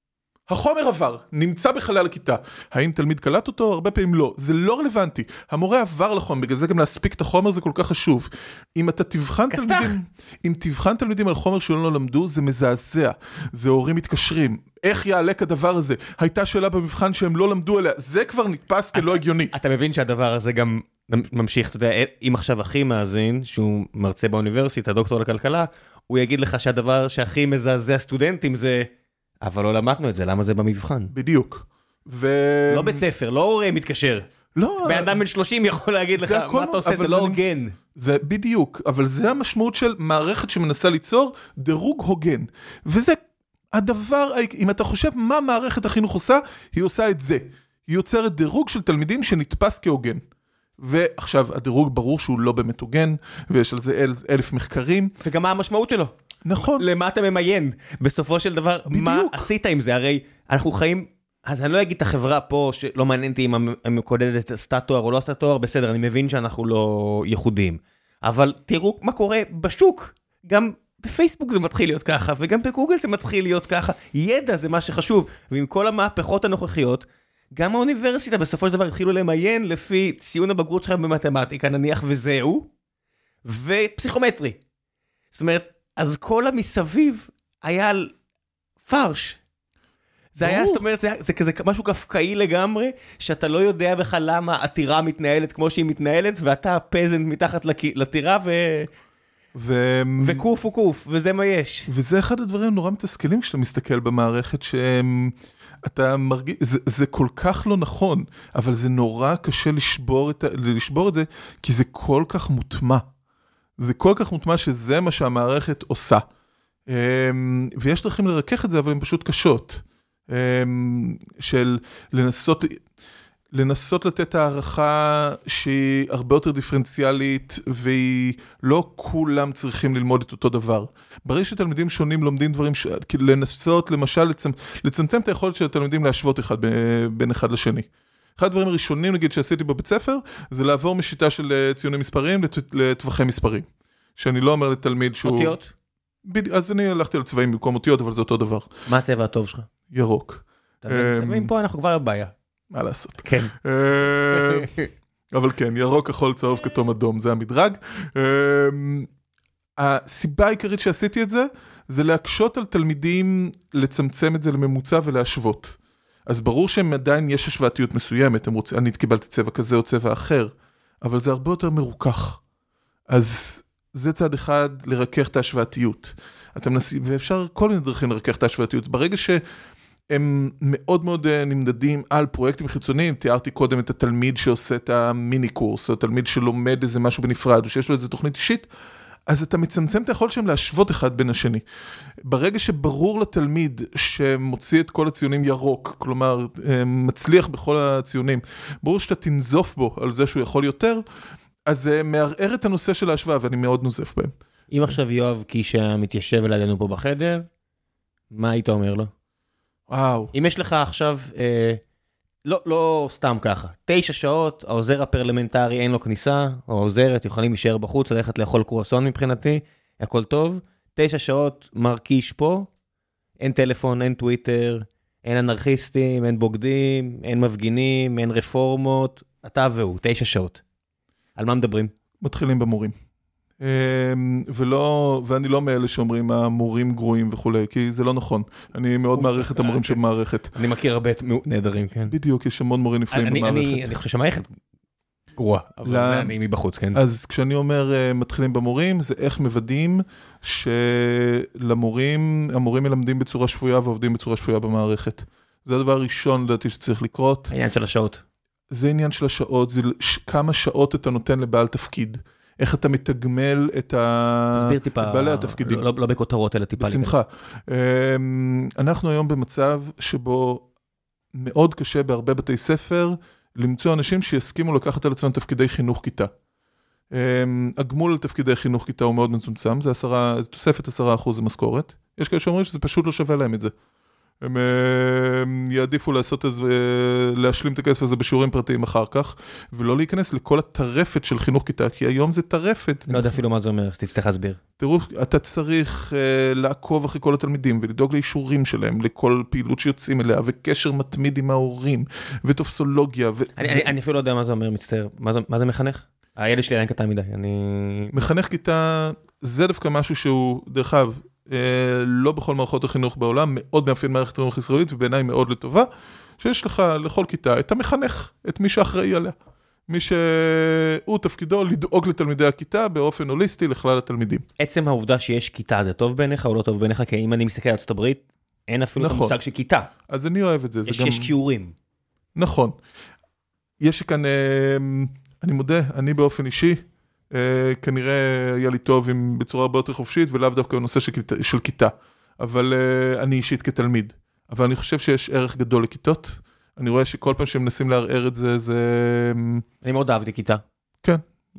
החומר עבר, נמצא בחלל הכיתה. האם תלמיד קלט אותו? הרבה פעמים לא. זה לא רלוונטי. המורה עבר לחומר, בגלל זה גם להספיק את החומר זה כל כך חשוב. אם אתה תבחן תלמידים, אם תבחן תלמידים על חומר שלא למדו, זה מזעזע. זה הורים מתקשרים. איך יעלה כדבר הזה? הייתה שאלה במבחן שהם לא למדו עליה. זה כבר נתפס כלא הגיוני. אתה מבין שהדבר הזה גם ממשיך, אתה יודע, אם עכשיו הכי מאזין, שהוא מרצה באוניברסיטה, דוקטור לכלכלה, הוא יגיד לך שהדבר שהכי מזעזע סטודנטים זה אבל לא למדנו את זה, למה זה במבחן? בדיוק. ו... לא בית ספר, לא הורה מתקשר. לא. בן אדם בן שלושים יכול להגיד לך, מה אתה עושה, זה לא הוגן. זה בדיוק, אבל זה המשמעות של מערכת שמנסה ליצור דירוג הוגן. וזה הדבר, אם אתה חושב מה מערכת החינוך עושה, היא עושה את זה. היא יוצרת דירוג של תלמידים שנתפס כהוגן. ועכשיו, הדירוג ברור שהוא לא באמת הוגן, ויש על זה אל, אלף מחקרים. וגם מה המשמעות שלו? נכון. למה אתה ממיין? בסופו של דבר, בדיוק. מה עשית עם זה? הרי אנחנו חיים, אז אני לא אגיד את החברה פה, שלא מעניינתי אם הם מקודדת סטטואר או לא סטטואר, בסדר, אני מבין שאנחנו לא ייחודיים. אבל תראו מה קורה בשוק. גם בפייסבוק זה מתחיל להיות ככה, וגם בגוגל זה מתחיל להיות ככה. ידע זה מה שחשוב. ועם כל המהפכות הנוכחיות, גם האוניברסיטה בסופו של דבר התחילו למיין לפי ציון הבגרות שלך במתמטיקה, נניח וזהו, ופסיכומטרי. זאת אומרת, אז כל המסביב היה על פרש. זה היה, זאת אומרת, זה, זה כזה משהו קפקאי לגמרי, שאתה לא יודע בכלל למה הטירה מתנהלת כמו שהיא מתנהלת, ואתה פזנט מתחת לטירה ו... ו... וקוף וקוף, וזה מה יש. וזה אחד הדברים נורא מתסכלים כשאתה מסתכל במערכת שהם... אתה מרגיש, זה, זה כל כך לא נכון, אבל זה נורא קשה לשבור את, לשבור את זה, כי זה כל כך מוטמע. זה כל כך מוטמע שזה מה שהמערכת עושה. ויש דרכים לרכך את זה, אבל הן פשוט קשות. של לנסות, לנסות לתת הערכה שהיא הרבה יותר דיפרנציאלית, והיא לא כולם צריכים ללמוד את אותו דבר. ברגע שתלמידים שונים לומדים דברים, ש... לנסות למשל לצמצ... לצמצם את היכולת של התלמידים להשוות אחד בין אחד לשני. אחד הדברים הראשונים, נגיד, שעשיתי בבית ספר, זה לעבור משיטה של ציונים מספריים לת... לטווחי מספרים. שאני לא אומר לתלמיד שהוא... אותיות? בד... אז אני הלכתי על צבעים במקום אותיות, אבל זה אותו דבר. מה הצבע הטוב שלך? ירוק. תבין, פה אנחנו כבר בבעיה. מה לעשות? כן. אבל כן, ירוק, כחול, צהוב, כתום, אדום, זה המדרג. הסיבה העיקרית שעשיתי את זה, זה להקשות על תלמידים לצמצם את זה לממוצע ולהשוות. אז ברור שהם עדיין יש השוואתיות מסוימת, אני קיבלתי צבע כזה או צבע אחר, אבל זה הרבה יותר מרוכך. אז זה צד אחד לרכך את ההשוואתיות. ואפשר כל מיני דרכים לרכך את ההשוואתיות. ברגע ש... הם מאוד מאוד נמדדים על פרויקטים חיצוניים, תיארתי קודם את התלמיד שעושה את המיני קורס, או תלמיד שלומד איזה משהו בנפרד, או שיש לו איזה תוכנית אישית, אז אתה מצמצם את היכולת שלהם להשוות אחד בין השני. ברגע שברור לתלמיד שמוציא את כל הציונים ירוק, כלומר מצליח בכל הציונים, ברור שאתה תנזוף בו על זה שהוא יכול יותר, אז זה מערער את הנושא של ההשוואה, ואני מאוד נוזף בהם. אם עכשיו יואב קישה מתיישב אלינו פה בחדר, מה היית אומר לו? וואו. אם יש לך עכשיו, אה, לא, לא סתם ככה, תשע שעות, העוזר הפרלמנטרי אין לו כניסה, או העוזרת יכולים להישאר בחוץ, ללכת לאכול קרואסון מבחינתי, הכל טוב, תשע שעות מרקיש פה, אין טלפון, אין טוויטר, אין אנרכיסטים, אין בוגדים, אין מפגינים, אין רפורמות, אתה והוא, תשע שעות. על מה מדברים? מתחילים במורים. ולא, ואני לא מאלה שאומרים המורים גרועים וכולי, כי זה לא נכון. אני מאוד מעריך את המורים שבמערכת. אני מכיר הרבה נהדרים, כן. בדיוק, יש המון מורים נפלאים במערכת. אני חושב שהמערכת גרועה, אבל זה אני מבחוץ, כן. אז כשאני אומר מתחילים במורים, זה איך מוודאים שלמורים, המורים מלמדים בצורה שפויה ועובדים בצורה שפויה במערכת. זה הדבר הראשון לדעתי שצריך לקרות. העניין של השעות. זה עניין של השעות, זה כמה שעות אתה נותן לבעל תפקיד. איך אתה מתגמל את בעלי התפקידים. לא בכותרות, אלא טיפה. בשמחה. אנחנו היום במצב שבו מאוד קשה בהרבה בתי ספר למצוא אנשים שיסכימו לקחת על עצמם תפקידי חינוך כיתה. הגמול על תפקידי חינוך כיתה הוא מאוד מצומצם, זה תוספת עשרה אחוז משכורת. יש כאלה שאומרים שזה פשוט לא שווה להם את זה. הם יעדיפו לעשות את זה, להשלים את הכסף הזה בשיעורים פרטיים אחר כך, ולא להיכנס לכל הטרפת של חינוך כיתה, כי היום זה טרפת. לא יודע אפילו מה זה אומר, שתצטרך להסביר. תראו, אתה צריך לעקוב אחרי כל התלמידים, ולדאוג לאישורים שלהם, לכל פעילות שיוצאים אליה, וקשר מתמיד עם ההורים, וטופסולוגיה. אני אפילו לא יודע מה זה אומר, מצטער. מה זה מחנך? הילד שלי עדיין קטן מדי, אני... מחנך כיתה, זה דווקא משהו שהוא, דרך אגב, לא בכל מערכות החינוך בעולם, מאוד מאפיין מערכת החינוך ישראלית, ובעיניי מאוד לטובה, שיש לך לכל כיתה את המחנך, את מי שאחראי עליה. מי שהוא תפקידו לדאוג לתלמידי הכיתה באופן הוליסטי לכלל התלמידים. עצם העובדה שיש כיתה, זה טוב בעיניך או לא טוב בעיניך? כי אם אני מסתכל על ארצות הברית, אין אפילו את המושג של כיתה. אז אני אוהב את זה. יש שיעורים. נכון. יש כאן, אני מודה, אני באופן אישי, כנראה היה לי טוב עם בצורה הרבה יותר חופשית, ולאו דווקא בנושא של כיתה. אבל אני אישית כתלמיד. אבל אני חושב שיש ערך גדול לכיתות. אני רואה שכל פעם שהם מנסים לערער את זה, זה... אני מאוד אהבתי כיתה. כן.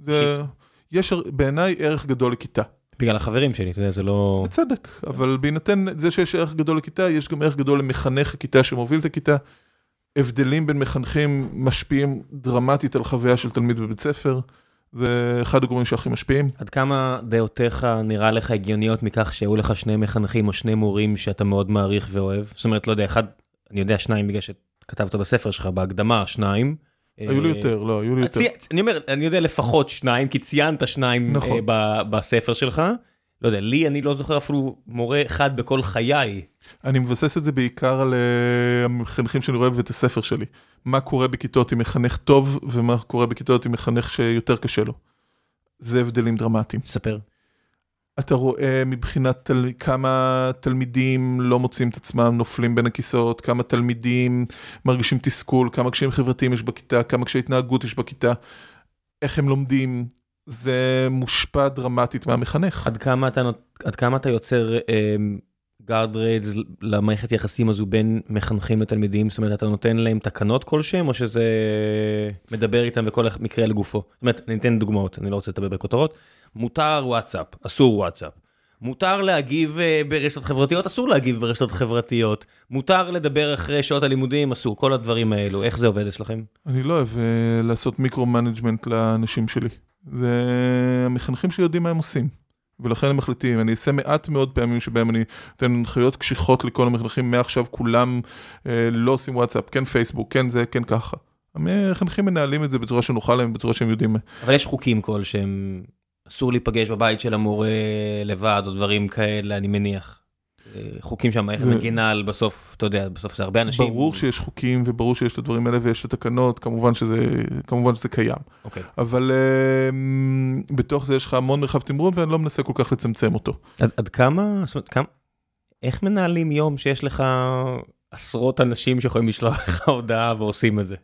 יש בעיניי ערך גדול לכיתה. בגלל החברים שלי, אתה יודע, זה לא... בצדק, אבל בהינתן זה שיש ערך גדול לכיתה, יש גם ערך גדול למחנך הכיתה שמוביל את הכיתה. הבדלים בין מחנכים משפיעים דרמטית על חוויה של תלמיד בבית ספר. זה אחד הגורמים שהכי משפיעים. עד כמה דעותיך נראה לך הגיוניות מכך שהיו לך שני מחנכים או שני מורים שאתה מאוד מעריך ואוהב? זאת אומרת, לא יודע, אחד, אני יודע שניים בגלל שכתבת בספר שלך, בהקדמה שניים. היו לי יותר, לא, היו לי יותר. אני אומר, אני יודע לפחות שניים, כי ציינת שניים בספר שלך. לא יודע, לי אני לא זוכר אפילו מורה אחד בכל חיי. אני מבסס את זה בעיקר על המחנכים שאני רואה בבית הספר שלי. מה קורה בכיתות עם מחנך טוב, ומה קורה בכיתות עם מחנך שיותר קשה לו. זה הבדלים דרמטיים. ספר. אתה רואה מבחינת תל... כמה תלמידים לא מוצאים את עצמם, נופלים בין הכיסאות, כמה תלמידים מרגישים תסכול, כמה קשיים חברתיים יש בכיתה, כמה קשיי התנהגות יש בכיתה, איך הם לומדים, זה מושפע דרמטית מהמחנך. עד כמה אתה, עד כמה אתה יוצר גארדריילס למערכת יחסים הזו בין מחנכים לתלמידים? זאת אומרת, אתה נותן להם תקנות כלשהם, או שזה מדבר איתם וכל מקרה לגופו? זאת אומרת, אני אתן דוגמאות, אני לא רוצה לדבר בכותרות. מותר וואטסאפ, אסור וואטסאפ. מותר להגיב ברשתות חברתיות, אסור להגיב ברשתות חברתיות. מותר לדבר אחרי שעות הלימודים, אסור. כל הדברים האלו, איך זה עובד אצלכם? אני לא אוהב לעשות מיקרו-מנג'מנט לאנשים שלי. זה המחנכים שיודעים מה הם עושים. ולכן הם מחליטים. אני אעשה מעט מאוד פעמים שבהם אני נותן הנחיות קשיחות לכל המחנכים, מעכשיו כולם לא עושים וואטסאפ, כן פייסבוק, כן זה, כן ככה. המחנכים מנהלים את זה בצורה שנוחה להם, בצורה שהם יודעים. אבל יש חוקים כל שהם... אסור להיפגש בבית של המורה לבד, או דברים כאלה, אני מניח. חוקים שהמערכת מגינה על בסוף, אתה יודע, בסוף זה הרבה אנשים. ברור שיש חוקים, וברור שיש את הדברים האלה, ויש את התקנות, כמובן שזה, כמובן שזה קיים. אוקיי. אבל uh, בתוך זה יש לך המון מרחב תמרון, ואני לא מנסה כל כך לצמצם אותו. עד, עד כמה, זאת אומרת, כמה, איך מנהלים יום שיש לך עשרות אנשים שיכולים לשלוח לך הודעה ועושים את זה?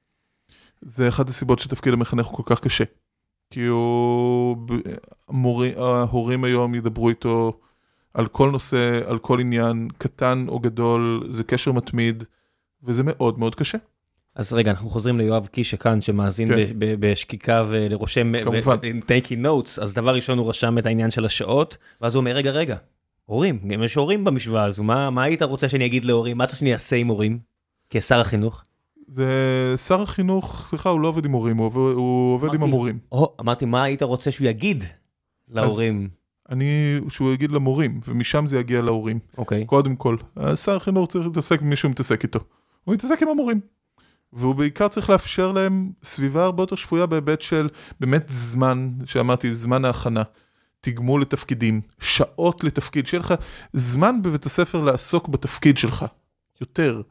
זה אחת הסיבות שתפקיד המחנך הוא כל כך קשה. כי הוא, המורי, ההורים היום ידברו איתו על כל נושא, על כל עניין, קטן או גדול, זה קשר מתמיד, וזה מאוד מאוד קשה. אז רגע, אנחנו חוזרים ליואב קיש כאן, שמאזין כן. בשקיקה ולרושם, ו-taking notes, אז דבר ראשון הוא רשם את העניין של השעות, ואז הוא אומר, רגע, רגע, הורים, יש הורים במשוואה הזו, מה, מה היית רוצה שאני אגיד להורים? מה אתה שאני אעשה עם הורים? כשר החינוך? זה שר החינוך, סליחה, הוא לא עובד עם הורים, הוא עובד, הוא עובד אמרתי, עם המורים. או, אמרתי, מה היית רוצה שהוא יגיד להורים? אני, שהוא יגיד למורים, ומשם זה יגיע להורים. אוקיי. קודם כל, שר החינוך צריך להתעסק עם מישהו מתעסק איתו. הוא מתעסק עם המורים. והוא בעיקר צריך לאפשר להם סביבה הרבה יותר שפויה בהיבט של באמת זמן, שאמרתי, זמן ההכנה, תגמול לתפקידים, שעות לתפקיד, שיהיה לך זמן בבית הספר לעסוק בתפקיד שלך, יותר.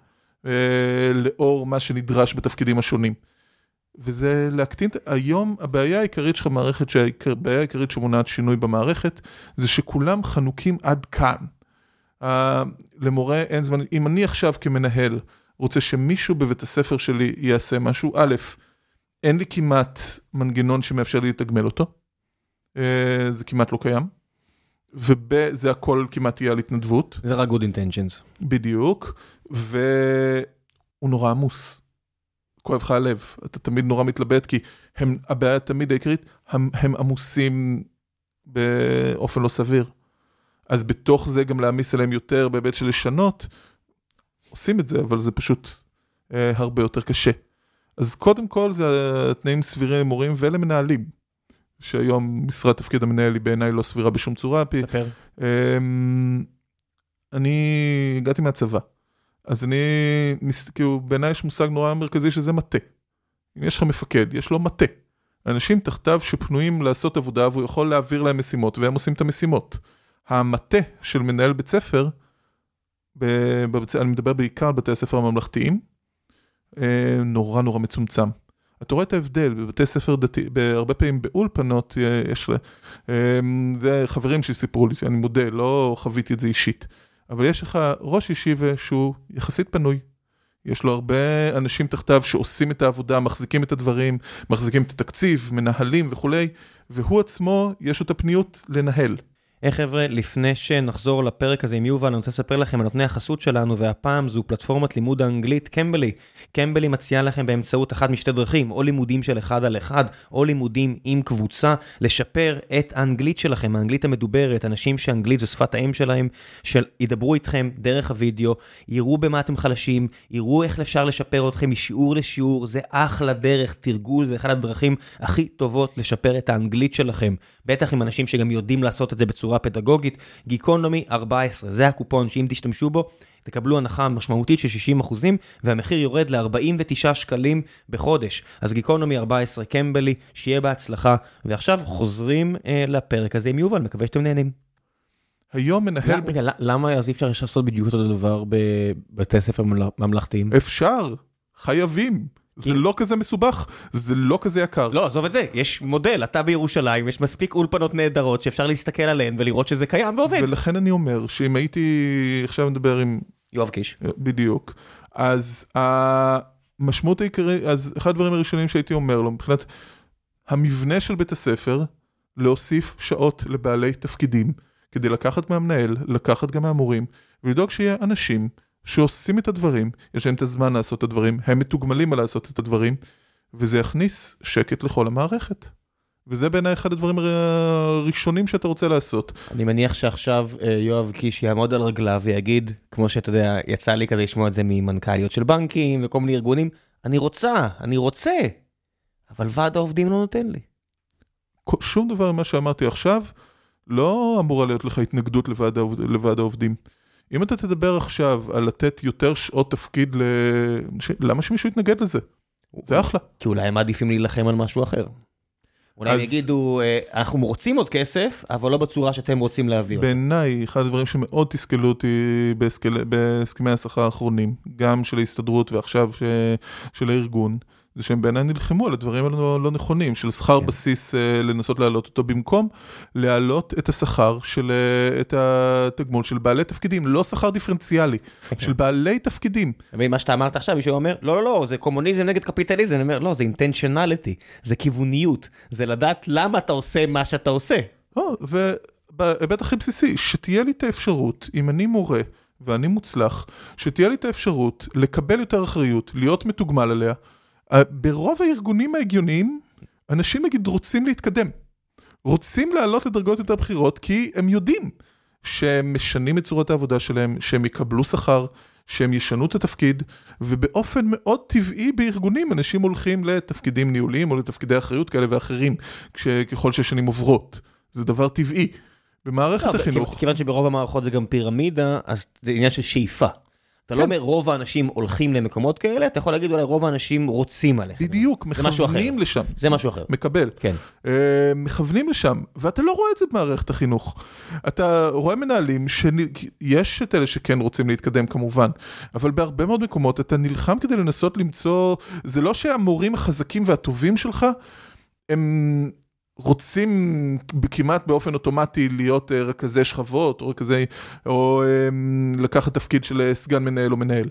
לאור מה שנדרש בתפקידים השונים. וזה להקטין, היום הבעיה העיקרית שלך מערכת, הבעיה העיקרית שמונעת שינוי במערכת, זה שכולם חנוקים עד כאן. למורה אין זמן, אם אני עכשיו כמנהל רוצה שמישהו בבית הספר שלי יעשה משהו, א', אין לי כמעט מנגנון שמאפשר לי לתגמל אותו, זה כמעט לא קיים, וב' זה הכל כמעט יהיה על התנדבות. זה רק good intentions. בדיוק. והוא נורא עמוס, כואב לך הלב, אתה תמיד נורא מתלבט, כי הם, הבעיה תמיד העיקרית, הם, הם עמוסים באופן לא סביר, אז בתוך זה גם להעמיס עליהם יותר, בהיבט של לשנות, עושים את זה, אבל זה פשוט אה, הרבה יותר קשה. אז קודם כל זה התנאים סבירים למורים ולמנהלים, שהיום משרת תפקיד המנהל היא בעיניי לא סבירה בשום צורה. ספר. אה, אני הגעתי מהצבא, אז אני, כאילו, בעיניי יש מושג נורא מרכזי שזה מטה. אם יש לך מפקד, יש לו מטה. אנשים תחתיו שפנויים לעשות עבודה, והוא יכול להעביר להם משימות, והם עושים את המשימות. המטה של מנהל בית ספר, בבית, אני מדבר בעיקר על בתי הספר הממלכתיים, נורא נורא מצומצם. אתה רואה את ההבדל בבתי ספר דתי, בהרבה פעמים באולפנות, יש לה, זה חברים שסיפרו לי, אני מודה, לא חוויתי את זה אישית, אבל יש לך ראש ישיבה שהוא יחסית פנוי, יש לו הרבה אנשים תחתיו שעושים את העבודה, מחזיקים את הדברים, מחזיקים את התקציב, מנהלים וכולי, והוא עצמו יש לו את הפניות לנהל. איך חבר'ה, לפני שנחזור לפרק הזה עם יובל, אני רוצה לספר לכם על נותני החסות שלנו, והפעם זו פלטפורמת לימוד האנגלית קמבלי. קמבלי מציעה לכם באמצעות אחת משתי דרכים, או לימודים של אחד על אחד, או לימודים עם קבוצה, לשפר את האנגלית שלכם, האנגלית המדוברת, אנשים שאנגלית זו שפת האם שלהם, שידברו איתכם דרך הוידאו, יראו במה אתם חלשים, יראו איך אפשר לשפר אתכם משיעור לשיעור, זה אחלה דרך, תרגול, זה אחד הדרכים הכי טובות לשפר את האנגלית שלכם. בטח עם אנשים שגם יודעים לעשות את זה בצורה פדגוגית. גיקונומי ארבע עשרה, זה הקופון שאם תשתמשו בו, תקבלו הנחה משמעותית של שישים אחוזים, והמחיר יורד ל-ארבעים ותשעה שקלים בחודש. אז גיקונומי ארבע עשרה קמבלי, שיהיה בהצלחה. ועכשיו חוזרים אה, לפרק הזה עם יובל, מקווה שאתם נהנים. היום מנהל... لا, רגע, למה אז אי אפשר לעשות בדיוק אותו דבר בבתי ספר ממלכתיים? אפשר, חייבים. זה לא כזה מסובך, זה לא כזה יקר. לא, עזוב את זה, יש מודל, אתה בירושלים, יש מספיק אולפנות נהדרות שאפשר להסתכל עליהן ולראות שזה קיים ועובד. ולכן אני אומר שאם הייתי עכשיו מדבר עם... יואב קיש. בדיוק. אז המשמעות העיקרית, אז אחד הדברים הראשונים שהייתי אומר לו, מבחינת המבנה של בית הספר, להוסיף שעות לבעלי תפקידים, כדי לקחת מהמנהל, לקחת גם מהמורים, ולדאוג שיהיה אנשים שעושים את הדברים, יש להם את הזמן לעשות את הדברים, הם מתוגמלים על לעשות את הדברים, וזה יכניס שקט לכל המערכת. וזה בעיניי אחד הדברים הראשונים שאתה רוצה לעשות. אני מניח שעכשיו יואב קיש יעמוד על רגליו ויגיד, כמו שאתה יודע, יצא לי כזה לשמוע את זה ממנכ"ליות של בנקים וכל מיני ארגונים, אני רוצה, אני רוצה, אבל ועד העובדים לא נותן לי. שום דבר ממה שאמרתי עכשיו, לא אמורה להיות לך התנגדות לוועד, לוועד העובדים. אם אתה תדבר עכשיו על לתת יותר שעות תפקיד, ל... למה שמישהו יתנגד לזה? זה אחלה. כי אולי הם מעדיפים להילחם על משהו אחר. אולי הם יגידו, אנחנו רוצים עוד כסף, אבל לא בצורה שאתם רוצים להעביר. בעיניי, אחד הדברים שמאוד תסכלו אותי בהסכמי השכר האחרונים, גם של ההסתדרות ועכשיו של הארגון, זה שהם בעיניי נלחמו על הדברים הלא לא נכונים, של שכר כן. בסיס לנסות להעלות אותו במקום, להעלות את השכר של, את התגמול של בעלי תפקידים, לא שכר דיפרנציאלי, כן. של בעלי תפקידים. ומה שאתה אמרת עכשיו, מישהו אומר, לא, לא, לא, זה קומוניזם נגד קפיטליזם, אני אומר, לא, זה intentionality, זה כיווניות, זה לדעת למה אתה עושה מה שאתה עושה. או, ובהיבט הכי בסיסי, שתהיה לי את האפשרות, אם אני מורה ואני מוצלח, שתהיה לי את האפשרות לקבל יותר אחריות, להיות מתוגמל עליה, ברוב הארגונים ההגיוניים, אנשים נגיד רוצים להתקדם, רוצים לעלות לדרגות יותר בחירות, כי הם יודעים שהם משנים את צורת העבודה שלהם, שהם יקבלו שכר, שהם ישנו את התפקיד, ובאופן מאוד טבעי בארגונים, אנשים הולכים לתפקידים ניהוליים, או לתפקידי אחריות כאלה ואחרים, ככל ששנים עוברות. זה דבר טבעי. במערכת החינוך... כיוון שברוב המערכות זה גם פירמידה, אז זה עניין של שאיפה. אתה לא אומר רוב האנשים הולכים למקומות כאלה, אתה יכול להגיד אולי רוב האנשים רוצים עליך. בדיוק, מכוונים לשם. זה משהו אחר. מקבל. כן. מכוונים לשם, ואתה לא רואה את זה במערכת החינוך. אתה רואה מנהלים שיש את אלה שכן רוצים להתקדם כמובן, אבל בהרבה מאוד מקומות אתה נלחם כדי לנסות למצוא, זה לא שהמורים החזקים והטובים שלך, הם... רוצים כמעט באופן אוטומטי להיות רכזי שכבות, או רכזי, או לקחת תפקיד של סגן מנהל או מנהל.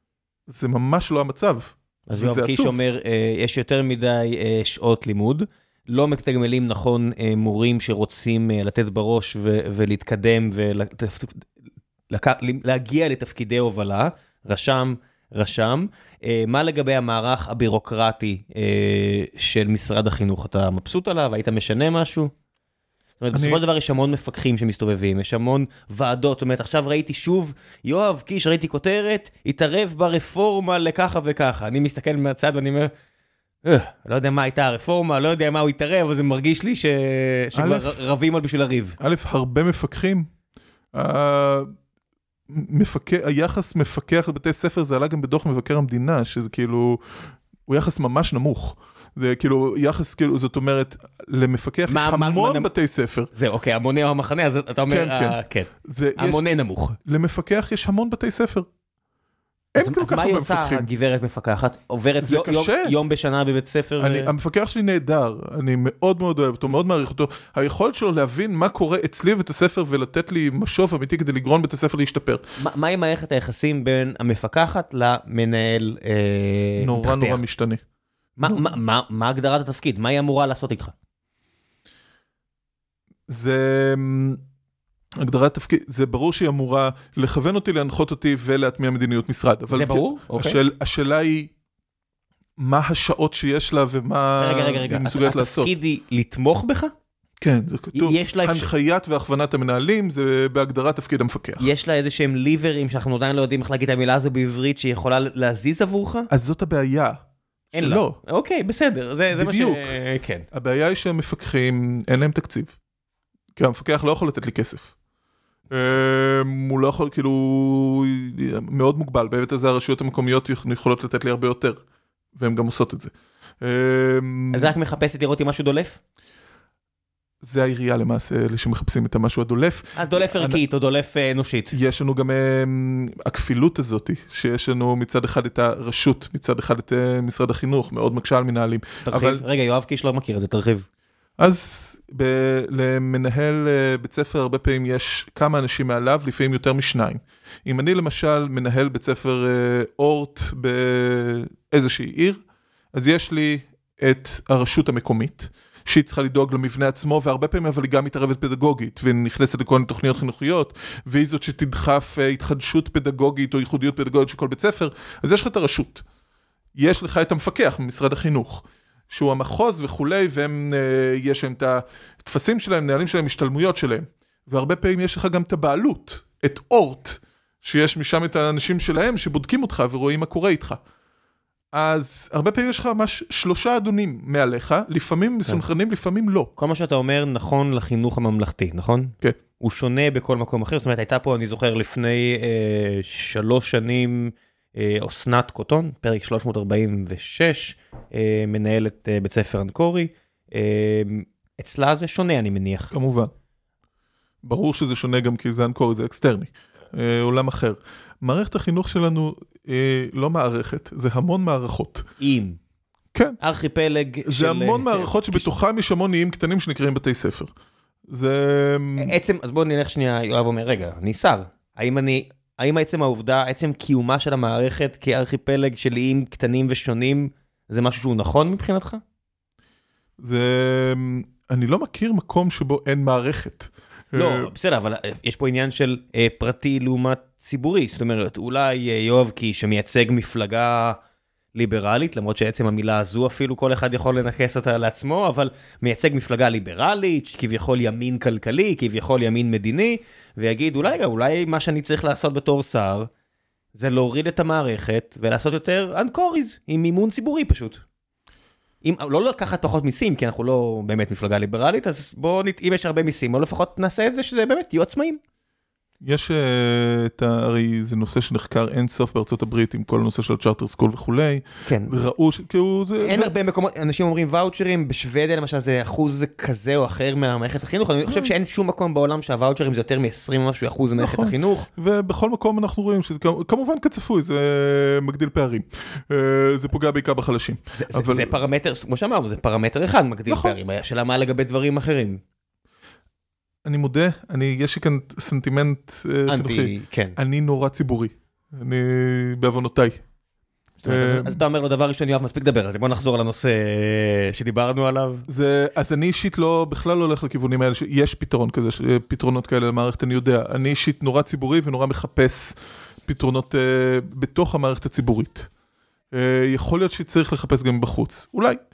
זה ממש לא המצב. אז יואב קיש אומר, יש יותר מדי שעות לימוד, לא מתגמלים נכון מורים שרוצים לתת בראש ולהתקדם ולהגיע לתפקידי הובלה, רשם, רשם. מה לגבי המערך הבירוקרטי של משרד החינוך? אתה מבסוט עליו? היית משנה משהו? זאת אומרת, בסופו של דבר יש המון מפקחים שמסתובבים, יש המון ועדות, זאת אומרת, עכשיו ראיתי שוב, יואב קיש, ראיתי כותרת, התערב ברפורמה לככה וככה. אני מסתכל מהצד ואני אומר, לא יודע מה הייתה הרפורמה, לא יודע מה הוא התערב, אבל זה מרגיש לי שכבר רבים על בשביל הריב. א', הרבה מפקחים, היחס מפקח לבתי ספר, זה עלה גם בדוח מבקר המדינה, שזה כאילו, הוא יחס ממש נמוך. זה כאילו יחס, כאילו, זאת אומרת, למפקח יש המון בתי ספר. זה, אוקיי, המונה או המחנה, אז אתה אומר, כן, המונה נמוך. למפקח יש המון בתי ספר. אין כל כך הרבה מפקחים. אז מה היא עושה הגברת מפקחת? עוברת יום בשנה בבית ספר? המפקח שלי נהדר, אני מאוד מאוד אוהב אותו, מאוד מעריך אותו. היכולת שלו להבין מה קורה אצלי בבית הספר ולתת לי משוב אמיתי כדי לגרון בית הספר להשתפר. מה היא מערכת היחסים בין המפקחת למנהל? נורא נורא משתנה. מה הגדרת התפקיד? מה היא אמורה לעשות איתך? זה... הגדרת תפקיד, זה ברור שהיא אמורה לכוון אותי, להנחות אותי ולהטמיע מדיניות משרד. זה ברור? אוקיי. השאלה היא, מה השעות שיש לה ומה היא מסוגלת לעשות. התפקיד היא לתמוך בך? כן, זה כתוב. הנחיית והכוונת המנהלים, זה בהגדרת תפקיד המפקח. יש לה איזה שהם ליברים, שאנחנו עדיין לא יודעים איך להגיד את המילה הזו בעברית, שהיא יכולה להזיז עבורך? אז זאת הבעיה. אין לה. אוקיי, בסדר. בדיוק. הבעיה היא שהמפקחים, אין להם תקציב. כי המפקח לא יכול לתת לי כסף. הוא לא יכול, כאילו, מאוד מוגבל. בהיבט הזה הרשויות המקומיות יכולות לתת לי הרבה יותר, והן גם עושות את זה. אז רק מחפשת לראות אם משהו דולף? זה העירייה למעשה, אלה שמחפשים את המשהו הדולף. אז דולף ערכית או דולף אנושית. יש לנו גם הכפילות הזאת, שיש לנו מצד אחד את הרשות, מצד אחד את משרד החינוך, מאוד מקשה על מנהלים. תרחיב, רגע, יואב קיש לא מכיר את זה, תרחיב. אז ב- למנהל בית ספר הרבה פעמים יש כמה אנשים מעליו, לפעמים יותר משניים. אם אני למשל מנהל בית ספר אורט באיזושהי עיר, אז יש לי את הרשות המקומית, שהיא צריכה לדאוג למבנה עצמו, והרבה פעמים אבל היא גם מתערבת פדגוגית, ונכנסת לכל מיני תוכניות חינוכיות, והיא זאת שתדחף התחדשות פדגוגית או ייחודיות פדגוגית של כל בית ספר, אז יש לך את הרשות. יש לך את המפקח ממשרד החינוך. שהוא המחוז וכולי, והם, יש להם את התפסים שלהם, נהלים שלהם, השתלמויות שלהם. והרבה פעמים יש לך גם את הבעלות, את אורט, שיש משם את האנשים שלהם שבודקים אותך ורואים מה קורה איתך. אז הרבה פעמים יש לך ממש שלושה אדונים מעליך, לפעמים מסונכרנים, לפעמים לא. כל מה שאתה אומר נכון לחינוך הממלכתי, נכון? כן. הוא שונה בכל מקום אחר, זאת אומרת, הייתה פה, אני זוכר, לפני אה, שלוש שנים, אוסנת קוטון, פרק שלוש מאות ארבעים ושש, מנהלת בית ספר אנקורי. אצלה זה שונה, אני מניח. כמובן. ברור שזה שונה גם כי זה אנקורי, זה אקסטרני. עולם אחר. מערכת החינוך שלנו לא מערכת, זה המון מערכות. איים. כן. ארכיפלג של... זה המון מערכות שבתוכם יש המון איים קטנים שנקראים בתי ספר. זה... עצם, אז בואו נלך שנייה, יואב אומר, רגע, אני שר. האם אני... האם עצם העובדה, עצם קיומה של המערכת כארכיפלג של איים קטנים ושונים, זה משהו שהוא נכון מבחינתך? זה... אני לא מכיר מקום שבו אין מערכת. לא, בסדר, אבל יש פה עניין של פרטי לעומת ציבורי. זאת אומרת, אולי יואב קיש שמייצג מפלגה ליברלית, למרות שעצם המילה הזו אפילו כל אחד יכול לנכס אותה לעצמו, אבל מייצג מפלגה ליברלית, כביכול ימין כלכלי, כביכול ימין מדיני, ויגיד, אולי, אולי מה שאני צריך לעשות בתור שר, זה להוריד את המערכת, ולעשות יותר אנקוריז, עם מימון ציבורי פשוט. אם, לא לקחת פחות מיסים, כי אנחנו לא באמת מפלגה ליברלית, אז בואו, אם יש הרבה מיסים, או לפחות נעשה את זה, שזה באמת יהיו עצמאים. יש את ה... הרי זה נושא שנחקר אין סוף בארצות הברית עם כל הנושא של הצ'ארטר סקול וכולי. כן. ראו ש... כאילו זה... אין זה... הרבה מקומות, אנשים אומרים ואוצ'רים, בשוודיה למשל זה אחוז כזה או אחר מהמערכת החינוך, אני חושב שאין שום מקום בעולם שהוואוצ'רים זה יותר מ-עשרים ומשהו אחוז ממערכת החינוך. ובכל מקום אנחנו רואים שזה כמובן כצפוי, זה מגדיל פערים. זה פוגע בעיקר בחלשים. זה פרמטר, כמו שאמרנו, זה פרמטר אחד מגדיל פערים. השאלה מה לגבי דברים אחרים. אני מודה, אני, יש לי כאן סנטימנט חינוכי. כן. אני נורא ציבורי. אני בעוונותיי. אז אתה אומר לו דבר ראשון, יואב, מספיק לדבר על זה. בוא נחזור לנושא שדיברנו עליו. אז אני אישית לא, בכלל לא הולך לכיוונים האלה, יש פתרון כזה, פתרונות כאלה למערכת, אני יודע. אני אישית נורא ציבורי ונורא מחפש פתרונות בתוך המערכת הציבורית. יכול להיות שצריך לחפש גם בחוץ. אולי.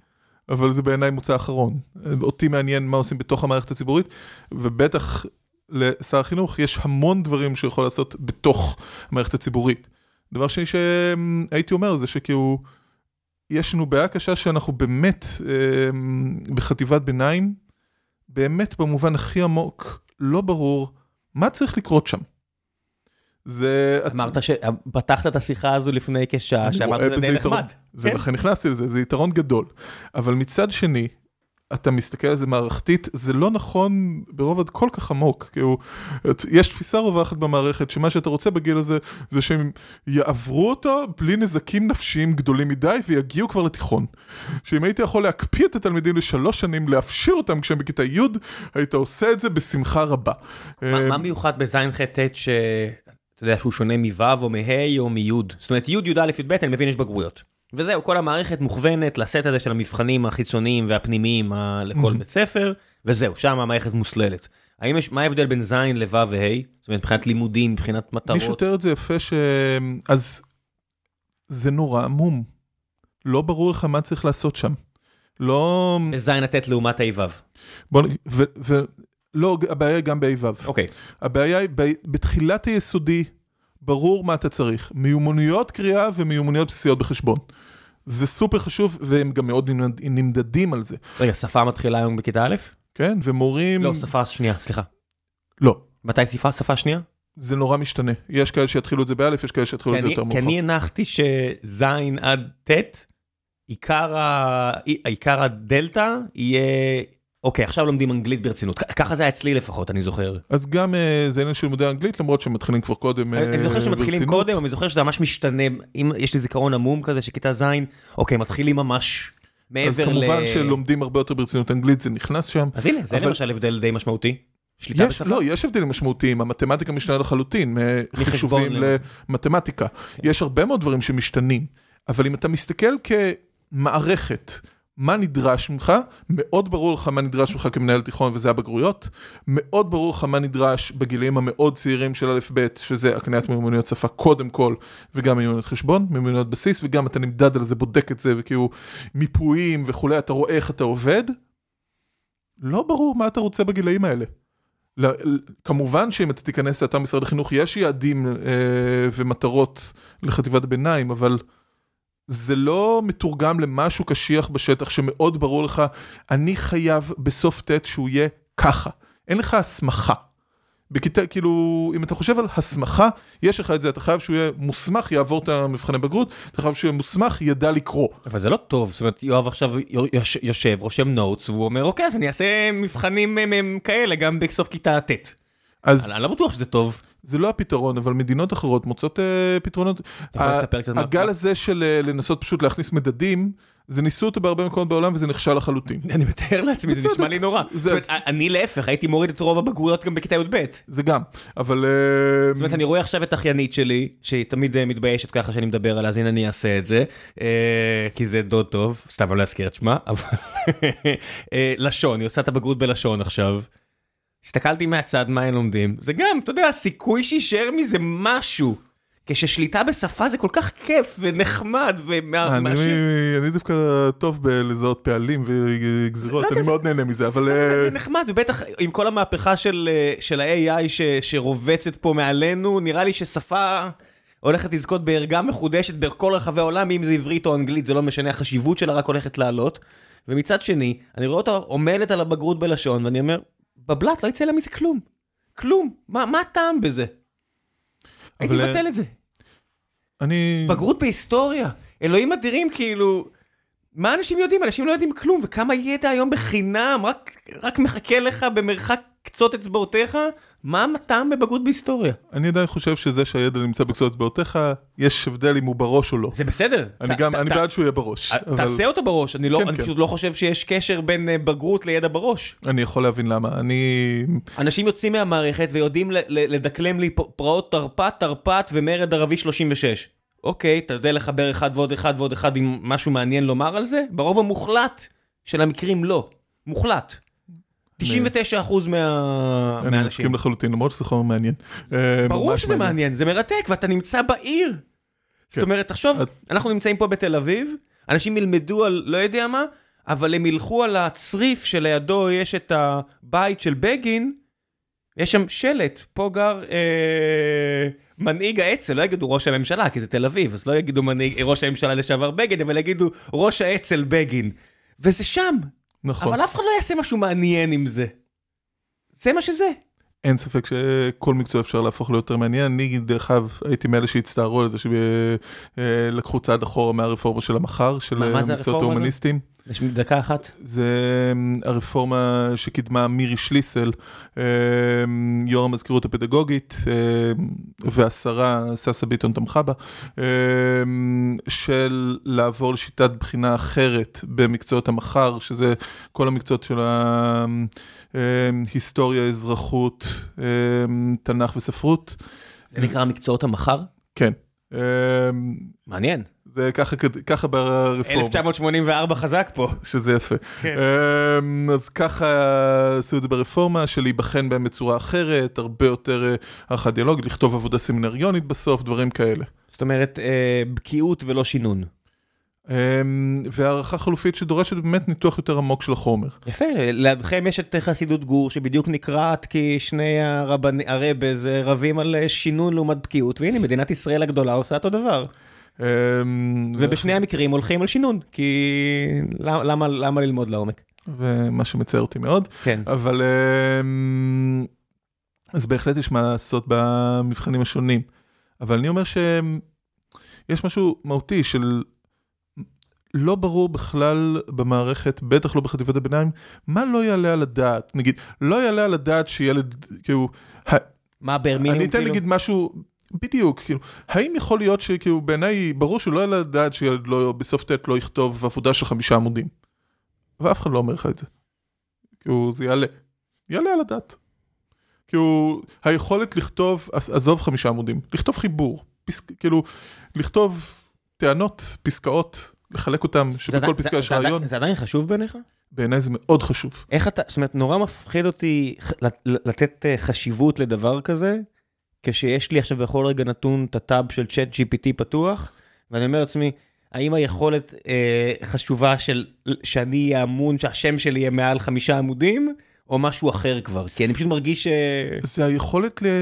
אבל זה בעיניי מוצא אחרון. אותי מעניין מה עושים בתוך המערכת הציבורית, ובטח לשר החינוך יש המון דברים שיכול לעשות בתוך המערכת הציבורית. דבר שני שהייתי אומר זה שכאילו, יש לנו בעיה קשה שאנחנו באמת בחטיבת ביניים, באמת במובן הכי עמוק, לא ברור מה צריך לקרות שם. זה... אמרת שפתחת את השיחה הזו לפני כשעה, שאמרת זה די נחמד. זה לכן נכנסתי לזה, זה יתרון גדול. אבל מצד שני, אתה מסתכל על זה מערכתית, זה לא נכון ברובד כל כך עמוק, כאילו, יש תפיסה רווחת במערכת, שמה שאתה רוצה בגיל הזה, זה שהם יעברו אותו בלי נזקים נפשיים גדולים מדי, ויגיעו כבר לתיכון. שאם הייתי יכול להקפיא את התלמידים לשלוש שנים, להפשיר אותם כשהם בכיתה י', היית עושה את זה בשמחה רבה. מה מיוחד בזין ח' ט' ש... אתה יודע שהוא שונה מו' או מה' או מי'? זאת אומרת, י', י', א', י', ב', אני מבין יש בגרויות. וזהו, כל המערכת מוכוונת לסט הזה של המבחנים החיצוניים והפנימיים לכל בית ספר, וזהו, שם המערכת מוסללת. האם יש, מה ההבדל בין זין לו' וה'? זאת אומרת, מבחינת לימודים, מבחינת מטרות? מי שותר את זה יפה ש... אז זה נורא עמום. לא ברור לך מה צריך לעשות שם. לא... זין לתת לעומת ה' ו'. בוא נ... ו... ו... לא, הבעיה היא גם ב-ה' ו'. אוקיי. הבעיה היא ב... בתחילת היסודי, ברור מה אתה צריך. מיומנויות קריאה ומיומנויות בסיסיות בחשבון. זה סופר חשוב, והם גם מאוד נמדדים על זה. רגע, שפה מתחילה היום בכיתה א'? כן, ומורים... לא, שפה שנייה, סליחה. לא. מתי שפה, שפה שנייה? זה נורא משתנה. יש כאלה שיתחילו את זה באלף, יש כאלה שיתחילו את זה יותר מאוחר. כי אני הנחתי שזין עד ט', עיקר הדלטה יהיה... אוקיי, עכשיו לומדים אנגלית ברצינות. ככה זה היה אצלי לפחות, אני זוכר. אז גם זה עניין של לימודי אנגלית, למרות שמתחילים כבר קודם ברצינות. אני זוכר שמתחילים קודם, אבל אני זוכר שזה ממש משתנה. אם יש לי זיכרון עמום כזה שכיתה זין, אוקיי, מתחילים ממש מעבר ל... אז כמובן שלומדים הרבה יותר ברצינות אנגלית, זה נכנס שם. אז הנה, זה למשל הבדל די משמעותי. שליטה בשפה? לא, יש הבדלים משמעותיים. המתמטיקה משתנה לחלוטין, מחישובים למתמטיקה. יש הרבה מאוד דברים שמשתנים. אבל אם אתה מסתכל כמערכת, מה נדרש ממך? מאוד ברור לך מה נדרש ממך כמנהל תיכון, וזה הבגרויות. מאוד ברור לך מה נדרש בגילאים המאוד צעירים של א' ב', שזה הקניית מיומנויות שפה קודם כל, וגם מיומנויות חשבון, מיומנויות בסיס, וגם אתה נמדד על זה, בודק את זה, וכאילו מיפויים וכולי, אתה רואה איך אתה עובד. לא ברור מה אתה רוצה בגילאים האלה. כמובן שאם אתה תיכנס לאתר משרד החינוך, יש יעדים אה, ומטרות לחטיבת ביניים, אבל... זה לא מתורגם למשהו קשיח בשטח שמאוד ברור לך, אני חייב בסוף תת שהוא יהיה ככה. אין לך הסמכה. בכיתה, כאילו, אם אתה חושב על הסמכה, יש לך את זה, אתה חייב שהוא יהיה מוסמך, יעבור את המבחני בגרות, אתה חייב שהוא יהיה מוסמך, ידע לקרוא. אבל זה לא טוב, זאת אומרת, יואב עכשיו יושב, רושם נוטס, והוא אומר, אוקיי, אז אני אעשה מבחנים כאלה, גם בסוף כיתה תת. אז... אני לא בטוח שזה טוב. זה לא הפתרון, אבל מדינות אחרות מוצאות אה, פתרונות. הגל הזה של אה, לנסות פשוט להכניס מדדים, זה ניסו אותו בהרבה מקומות בעולם, וזה נכשל לחלוטין. אני מתאר לעצמי, זה נשמע לי נורא. זאת אומרת, אני להפך, הייתי מוריד את רוב הבגרויות גם בכיתה י' ב'. זה גם, אבל... זאת אומרת, אני רואה עכשיו את האחיינית שלי, שהיא תמיד מתביישת ככה שאני מדבר עליה, אז הנה אני אעשה את זה, כי זה דוד טוב, סתם לא להזכיר את שמה, אבל... לשון, היא עושה את הבגרות בלשון עכשיו. הסתכלתי מהצד מה הם לומדים, זה גם, אתה יודע, הסיכוי שישאר מזה משהו, כששליטה בשפה זה כל כך כיף ונחמד ומאשר... אני דווקא טוב בלזהות פעלים וגזירות, אני מאוד נהנה מזה, אבל... זה נחמד, ובטח עם כל המהפכה של ה-איי איי שרובצת פה מעלינו, נראה לי ששפה הולכת לזכות בערגה מחודשת בכל רחבי העולם, אם זה עברית או אנגלית, זה לא משנה, החשיבות שלה רק הולכת לעלות, ומצד שני, אני רואה אותה עומדת על הבגרות בלשון, ואני אומר, בבלט לא יצא לה מזה כלום. כלום. מה, מה הטעם בזה? הייתי מבטל את זה. אני... בגרות בהיסטוריה. אלוהים אדירים, כאילו... מה אנשים יודעים? אנשים לא יודעים כלום. וכמה ידע היום בחינם, רק, רק מחכה לך במרחק קצות אצבעותיך. מה הטעם בבגרות בהיסטוריה? אני עדיין חושב שזה שהידע נמצא בקצות אצבעותיך, יש הבדל אם הוא בראש או לא. זה בסדר. אני גם, אני בעד שהוא יהיה בראש. תעשה אותו בראש. אני לא, אני פשוט לא חושב שיש קשר בין בגרות לידע בראש. אני יכול להבין למה. אני... אנשים יוצאים מהמערכת ויודעים לדקלם לי פרעות תרפ"ט, תרפ"ט ומרד ערבי שלושים ושש. אוקיי, אתה יודע לחבר אחד ועוד אחד ועוד אחד עם משהו מעניין לומר על זה? ברוב המוחלט של המקרים לא. מוחלט. תשעים ותשעה אחוז מהאנשים. אני מסכים לחלוטין, למרות שזה חומר מעניין. ברור שזה מעניין, זה מרתק, ואתה נמצא בעיר. זאת אומרת, תחשוב, אנחנו נמצאים פה בתל אביב, אנשים ילמדו על לא יודע מה, אבל הם ילכו על הצריף שלידו יש את הבית של בגין, יש שם שלט, פה גר אה, מנהיג האצ"ל, לא יגידו ראש הממשלה, כי זה תל אביב, אז לא יגידו מנהיג, ראש הממשלה לשעבר בגין, אבל יגידו ראש האצ"ל בגין. וזה שם. נכון. אבל אף אחד לא יעשה משהו מעניין עם זה. זה מה שזה. אין ספק שכל מקצוע אפשר להפוך ליותר מעניין. אני, דרך אגב, הייתי מאלה שהצטערו על זה, שלקחו צעד אחורה מהרפורמה של המחר, של המקצועות ההומניסטיים. יש דקה אחת. זה הרפורמה שקידמה מירי שליסל, יו"ר המזכירות הפדגוגית, והשרה ססה ביטון תמכה בה, של לעבור לשיטת בחינה אחרת במקצועות המחר, שזה כל המקצועות של ההיסטוריה, אזרחות, תנ"ך וספרות. זה נקרא מקצועות המחר? כן. מעניין. זה ככה, ככה ברפורמה. אלף תשע מאות שמונים וארבע חזק פה. שזה יפה. כן. אז ככה עשו את זה ברפורמה, של להיבחן בהם בצורה אחרת, הרבה יותר ערכה דיאלוגית, לכתוב עבודה סמינריונית בסוף, דברים כאלה. זאת אומרת, בקיאות ולא שינון. והערכה חלופית שדורשת באמת ניתוח יותר עמוק של החומר. יפה, לידכם יש את חסידות גור שבדיוק נקראת כי שני הרב'ז רבים על שינון לעומת בקיאות, והנה מדינת ישראל הגדולה עושה אותו דבר. ובשני המקרים הולכים על שינון, כי למה, למה ללמוד לעומק? ומה שמצער אותי מאוד. כן. אבל אז בהחלט יש מה לעשות במבחנים השונים. אבל אני אומר שיש משהו מהותי של לא ברור בכלל במערכת, בטח לא בחטיבת הביניים, מה לא יעלה על הדעת. נגיד, לא יעלה על הדעת שילד, כאילו, מה ברמיניום? אני אתן להגיד משהו, בדיוק, כאילו, האם יכול להיות שכאילו בעיניי ברור שלא יעלה על הדעת שילד לא, בסוף תת לא יכתוב עבודה של חמישה עמודים. ואף אחד לא אומר לך את זה. כאילו, זה יעלה. יעלה על הדעת. כאילו, היכולת לכתוב, עזוב חמישה עמודים, לכתוב חיבור, פסק, כאילו, לכתוב טענות, פסקאות, לחלק אותם, שבכל פסקה יש רעיון. זה עדיין חשוב בעיניך? בעיניי זה מאוד חשוב. איך אתה, זאת אומרת, נורא מפחיד אותי לתת חשיבות לדבר כזה, כשיש לי עכשיו בכל רגע נתון את הטאב של צ'אט ג'י פי טי פתוח, ואני אומר לעצמי, האם היכולת אה, חשובה של, שאני אמון שהשם שלי יהיה מעל חמישה עמודים, או משהו אחר כבר? כי אני פשוט מרגיש ש... זה היכולת ל...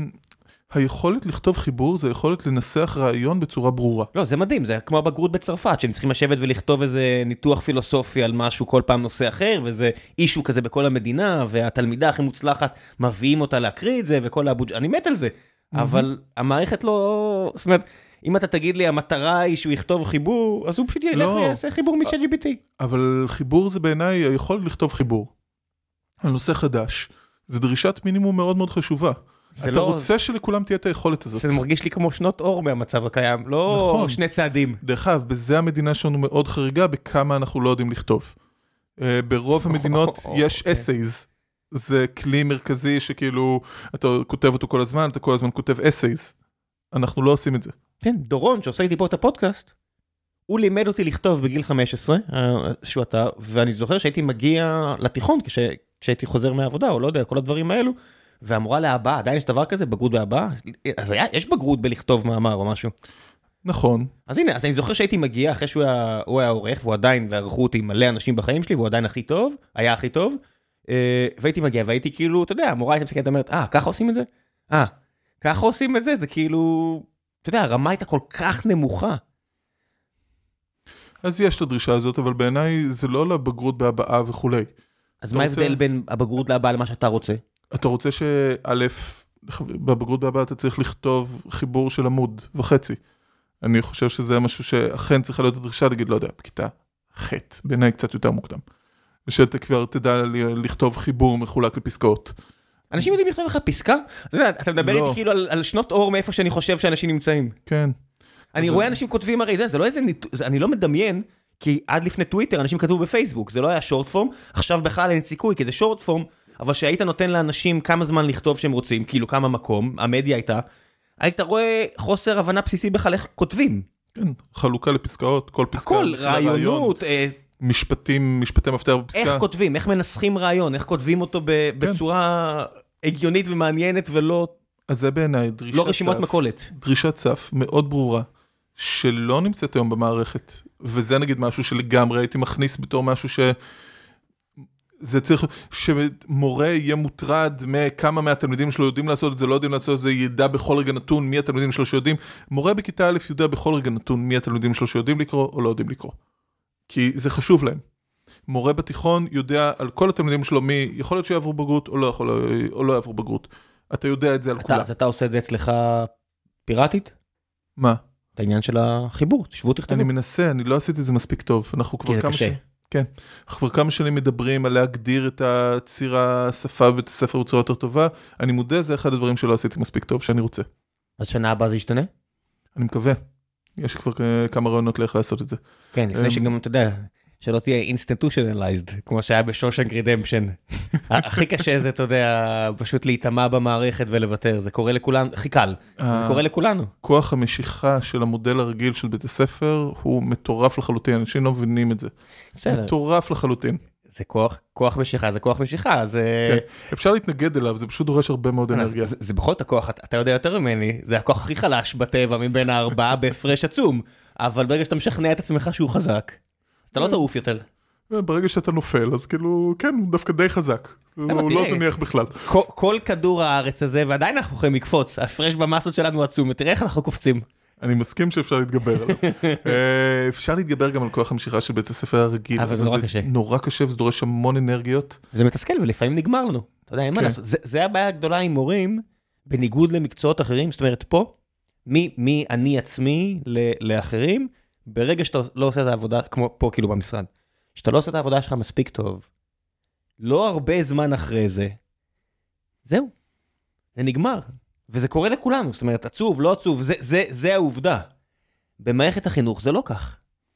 היכולת לכתוב חיבור, זה היכולת לנסח רעיון בצורה ברורה. לא, זה מדהים, זה כמו הבגרות בצרפת, שהם צריכים לשבת ולכתוב איזה ניתוח פילוסופי על משהו כל פעם נושא אחר, וזה אישו כזה בכל המדינה, והתלמידה הכי מוצלחת מביאים אותה להקריא את זה, וכל הבוג'... אני מת על זה, אבל המערכת לא... זאת אומרת, אם אתה תגיד לי, המטרה היא שהוא יכתוב חיבור, אז הוא פשוט ילך ויעשה חיבור מ-צ'אט ג'י פי טי. אבל חיבור זה בעיניי היכולת לכתוב חיבור. על נושא חדש. זה דרישת מינימום מאוד מאוד חשובה. אתה לא... רוצה שלכולם תהיה את היכולת הזאת. זה מרגיש לי כמו שנות אור מהמצב הקיים, לא נכון. שני צעדים. דרך אגב, בזה המדינה שלנו מאוד חריגה, בכמה אנחנו לא יודעים לכתוב. ברוב המדינות יש אסייז. זה כלי מרכזי שכאילו, אתה כותב אותו כל הזמן, אתה כל הזמן כותב אסייז. אנחנו לא עושים את זה. כן, דורון, שעושה איתי פה את הפודקאסט, הוא לימד אותי לכתוב בגיל חמש עשרה, שהוא אתה, ואני זוכר שהייתי מגיע לתיכון, כש... כשהייתי חוזר מהעבודה, או לא יודע, כל הדברים האלו, והמורה להבאה, עדיין יש דבר כזה, בגרות בהבאה? אז היה, יש בגרות בלכתוב מאמר או משהו. נכון. אז הנה, אז אני זוכר שהייתי מגיע, אחרי שהוא היה, הוא היה עורך, והוא עדיין, וערכו אותי מלא אנשים בחיים שלי, והוא עדיין הכי טוב, היה הכי טוב, והייתי מגיע, והייתי כאילו, אתה יודע, המורה הייתה מסתכלת, אומרת, אה, ככה עושים את זה? אה, ככה עושים את זה? זה כאילו, אתה יודע, הרמה הייתה כל כך נמוכה. אז יש את הדרישה הזאת, אבל בעיניי זה לא לבגרות בהבאה וכולי. אז מה ההבדל בין הבגרות להבאה למה שאתה רוצה? אתה רוצה שא', בבגרות בהבאה אתה צריך לכתוב חיבור של עמוד וחצי. אני חושב שזה משהו שאכן צריכה להיות הדרישה, להגיד, לא יודע, בכיתה ח', בעיניי קצת יותר מוקדם. ושאתה כבר תדע לכתוב חיבור מחולק לפסקאות. אנשים יודעים לכתוב לך פסקה? אתה יודע, אתה מדבר איתי כאילו על שנות אור מאיפה שאני חושב שאנשים נמצאים. כן. אני רואה אנשים כותבים הרי זה, זה לא איזה, אני לא מדמיין, כי עד לפני טוויטר אנשים כתבו בפייסבוק, זה לא היה שורט פורם, עכשיו בכלל אין סיכוי, כי זה שורט פורם, אבל שהיית נותן לאנשים כמה זמן לכתוב שהם רוצים, כאילו כמה מקום, המדיה הייתה, היית רואה חוסר הבנה בסיסי בכלל איך כותבים. כן, חלוקה לפסקאות, כל פסקה. הכל, רעיונות. משפטים, משפטי מפתח בפסקה. איך כותבים, איך מנסחים רעיון, איך כותבים אותו בצורה הגיונית ומעניינת ולא... אז זה בעיניי דרישת לא רשימות מקולת. דרישת סף מאוד ברורה, שלא נמצאת היום במערכת. וזה נגיד משהו שלגמרי הייתי מכניס בתור משהו ש... זה צריך, שמורה יהיה מוטרד מכמה מהתלמידים שלו יודעים לעשות את זה, לא יודעים לעשות את זה, ידע בכל רגע נתון מי התלמידים שלו שיודעים. מורה בכיתה א' יודע בכל רגע נתון מי התלמידים שלו שיודעים לקרוא או לא יודעים לקרוא. כי זה חשוב להם. מורה בתיכון יודע על כל התלמידים שלו מי יכול להיות שיעברו בגרות או לא, יכול, או לא יעברו בגרות. אתה יודע את זה על אתה, כולם. אז אתה עושה את זה אצלך פיראטית? מה? את העניין של החיבור, תשבו תכתבו. אני מנסה, אני לא עשיתי את זה מספיק טוב. אנחנו כבר כי זה כמה קשה. ש... כן. אנחנו כבר כמה שנים מדברים על להגדיר את הציר השפה בבית הספר בצורה יותר טובה. אני מודה, זה אחד הדברים שלא עשיתי מספיק טוב, שאני רוצה. אז שנה הבאה זה ישתנה? אני מקווה. יש כבר כמה רעיונות לאיך לעשות את זה. כן, לפני שגם, אתה יודע, שלא תהיה institutionalized, כמו שהיה בשושנק רידמפשן. הכי קשה זה, אתה יודע, פשוט להתאמה במערכת ולוותר. זה קורה לכולנו, הכי קל. זה קורה לכולנו. כוח המשיכה של המודל הרגיל של בית הספר הוא מטורף לחלוטין. אנשים לא מבינים את זה. מטורף לחלוטין. זה כוח, כוח משיכה, זה כוח משיכה, זה... כן, אפשר להתנגד אליו, זה פשוט דורש הרבה מאוד אנרגיה. זה, זה בכל זאת הכוח, אתה יודע יותר ממני, זה הכוח הכי חלש בטבע מבין הארבעה בהפרש עצום, אבל ברגע שאתה משכנע את עצמך שהוא חזק, אתה לא תעוף יותר. ברגע שאתה נופל, אז כאילו, כן, הוא דווקא די חזק. הוא לא זניח בכלל. כל, כל כדור הארץ הזה, ועדיין אנחנו יכולים לקפוץ, ההפרש במסות שלנו עצום, ותראה איך אנחנו קופצים. אני מסכים שאפשר להתגבר עליו. אפשר להתגבר גם על כוח המשיכה של בית הספר הרגיל. אבל זה נורא קשה. נורא קשה, וזה דורש המון אנרגיות. זה מתסכל, ולפעמים נגמר לנו. אתה יודע, אין מה לעשות. זה הבעיה הגדולה עם מורים, בניגוד למקצועות אחרים, זאת אומרת, פה, מי אני עצמי לאחרים, ברגע שאתה לא עושה את העבודה, כמו פה כאילו במשרד, שאתה לא עושה את העבודה שלך מספיק טוב, לא הרבה זמן אחרי זה, זהו, זה נגמר. וזה קורה לכולנו, זאת אומרת, עצוב, לא עצוב, זה, זה, זה העובדה. במערכת החינוך זה לא כך.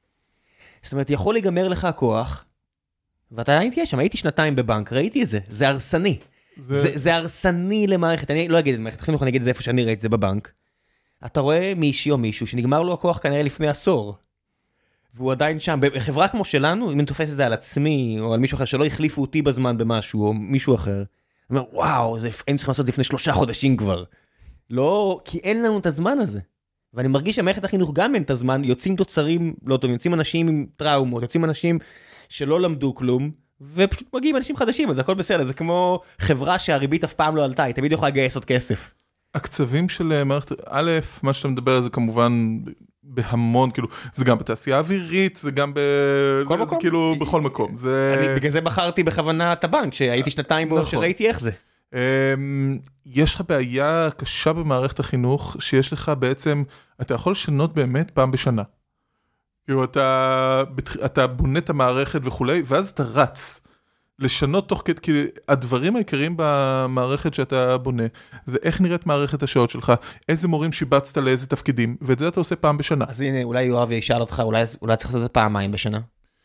זאת אומרת, יכול להיגמר לך הכוח, ואתה הייתי שם, הייתי שנתיים בבנק, ראיתי את זה, זה הרסני. זה, זה, זה הרסני למערכת, אני לא אגיד את מערכת החינוך, אני אגיד את זה איפה שאני ראיתי את זה בבנק. אתה רואה מישהי או מישהו שנגמר לו הכוח כנראה לפני עשור, והוא עדיין שם. בחברה כמו שלנו, אם אני תופס את זה על עצמי, או על מישהו אחר שלא החליפו אותי בזמן במשהו, או מישהו אחר, אני אומר, וואו, זה היינו צריכים לעשות לפני שלושה חודשים כבר. לא, כי אין לנו את הזמן הזה. ואני מרגיש שמערכת החינוך גם אין את הזמן, יוצאים תוצרים לא טוב, יוצאים אנשים עם טראומות, יוצאים אנשים שלא למדו כלום, ופשוט מגיעים אנשים חדשים, אז הכל בסדר, זה כמו חברה שהריבית אף פעם לא עלתה, היא תמיד יכולה לגייס עוד כסף. הקצבים של מערכת, א', מה שאתה מדבר על זה כמובן בהמון, כאילו, זה גם בתעשייה אווירית, זה גם ב... כל זה, מקום? זה כאילו בכל מקום. זה... אני בגלל זה בחרתי בכוונה את הבנק, שהייתי שנתיים בו, נכון. שראיתי איך זה. יש לך בעיה קשה במערכת החינוך, שיש לך בעצם, אתה יכול לשנות באמת פעם בשנה. כאילו, אתה, אתה בונה את המערכת וכולי, ואז אתה רץ. לשנות תוך כדי, כי הדברים העיקריים במערכת שאתה בונה, זה איך נראית מערכת השעות שלך, איזה מורים שיבצת לאיזה תפקידים, ואת זה אתה עושה פעם בשנה. אז הנה, אולי יואב ישאל אותך, אולי, אולי צריך לעשות את זה פעמיים בשנה?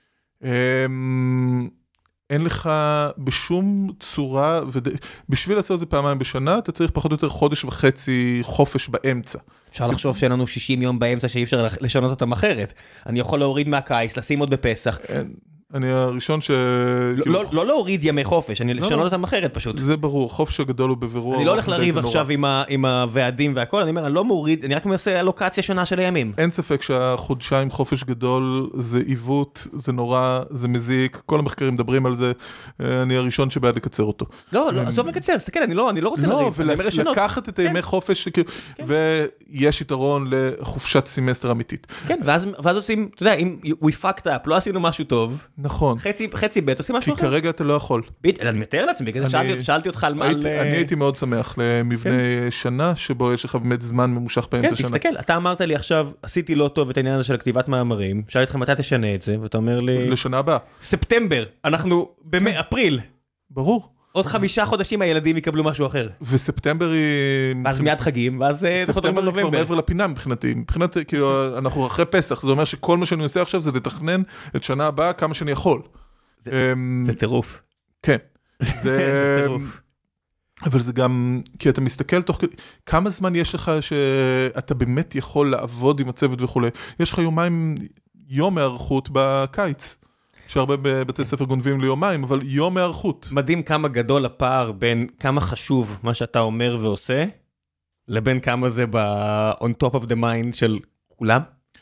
אין לך בשום צורה, בשביל לעשות את זה פעמיים בשנה, אתה צריך פחות או יותר חודש וחצי חופש באמצע. אפשר לחשוב שאין לנו שישים יום באמצע שאי אפשר לשנות אותם אחרת. אני יכול להוריד מהקיץ, לשים עוד בפסח. אני הראשון ש... לא, לא להוריד ימי חופש, אני לשנות אותם אחרת פשוט. זה ברור, חופש הגדול הוא בבירור. אני לא הולך לריב עכשיו עם הוועדים והכל, אני אומר, אני לא מוריד, אני רק מנסה אלוקציה שונה של הימים. אין ספק שהחודשיים חופש גדול זה עיוות, זה נורא, זה מזיק, כל המחקרים מדברים על זה, אני הראשון שבעד לקצר אותו. לא, עזוב לקצר, תסתכל, אני לא רוצה לריב. לא, ולקחת את הימי חופש, ויש יתרון לחופשת סמסטר אמיתית. כן, ואז עושים, אתה יודע, אם we fucked up, לא עשינו משהו טוב, נכון. חצי, חצי בית, עושים משהו אחר. כי כרגע אתה לא יכול. אני מתאר לעצמי, בגלל זה שאלתי אותך על מה... אני הייתי מאוד שמח למבנה שנה, שבו יש לך באמת זמן ממושך באמצע שנה. כן, תסתכל, אתה אמרת לי עכשיו, עשיתי לא טוב את העניין הזה של כתיבת מאמרים, שאלתי אותך מתי תשנה את זה, ואתה אומר לי... לשנה הבאה. ספטמבר, אנחנו באפריל. ברור. עוד חמישה חודשים הילדים יקבלו משהו אחר. וספטמבר היא... ואז מיד חגים, ואז ספטמבר היא כבר מעבר לפינה מבחינתי. מבחינת, כאילו, אנחנו אחרי פסח, זה אומר שכל מה שאני עושה עכשיו זה לתכנן את שנה הבאה כמה שאני יכול. זה טירוף. כן. זה טירוף. אבל זה גם, כי אתה מסתכל תוך כדי, כמה זמן יש לך שאתה באמת יכול לעבוד עם הצוות וכו'. יש לך יומיים, יום הערכות בקיץ. שהרבה בבתי ספר גונבים ליומיים, אבל יום הערכות. מדהים כמה גדול הפער בין כמה חשוב מה שאתה אומר ועושה, לבין כמה זה ב-on top of the mind של כולם.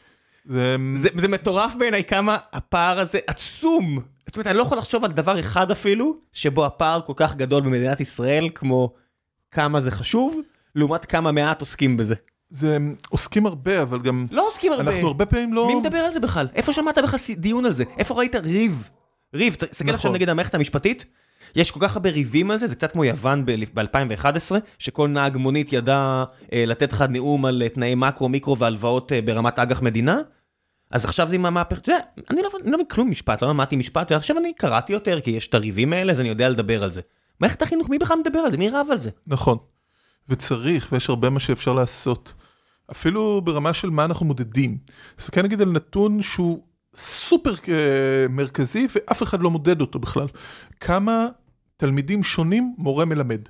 זה... זה, זה מטורף בעיניי כמה הפער הזה עצום. זאת אומרת, אני לא יכול לחשוב על דבר אחד אפילו, שבו הפער כל כך גדול במדינת ישראל, כמו כמה זה חשוב, לעומת כמה מעט עוסקים בזה. זה עוסקים הרבה, אבל גם... לא עוסקים הרבה. אנחנו הרבה פעמים לא... מי מדבר על זה בכלל? איפה שמעת בכלל דיון על זה? איפה ראית ריב? ריב, תסתכל עכשיו נגד המערכת המשפטית, יש כל כך הרבה ריבים על זה, זה קצת כמו יוון ב-אלפיים ואחת עשרה, שכל נהג מונית ידע אה, לתת לך נאום על תנאי מקרו, מיקרו והלוואות אה, ברמת אג"ח מדינה, אז עכשיו זה עם המהפך, אתה יודע, אני לא, אני לא מכלום משפט, לא למדתי משפט, ועכשיו אני קראתי יותר, כי יש את הריבים האלה, אז אני יודע לדבר על זה. מערכת החינוך, מי בכלל מדבר על זה? מי רב על זה? נכון, וצריך, ויש הרבה מה שאפשר לעשות. אפילו ברמה של מה אנחנו מודדים. אז כן נגיד על נתון שהוא סופר מרכזי, ואף אחד לא מודד אותו בכלל. כמה תלמידים שונים מורה מלמד.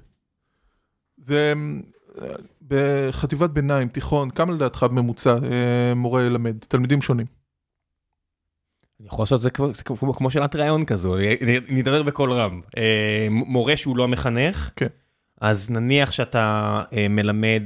זה בחטיבת ביניים, תיכון, כמה לדעתך בממוצע מורה ילמד? תלמידים שונים. אני יכול לעשות את זה כמו, כמו שאלת רעיון כזו, נדבר בכל רם. מורה שהוא לא מחנך, כן. אז נניח שאתה מלמד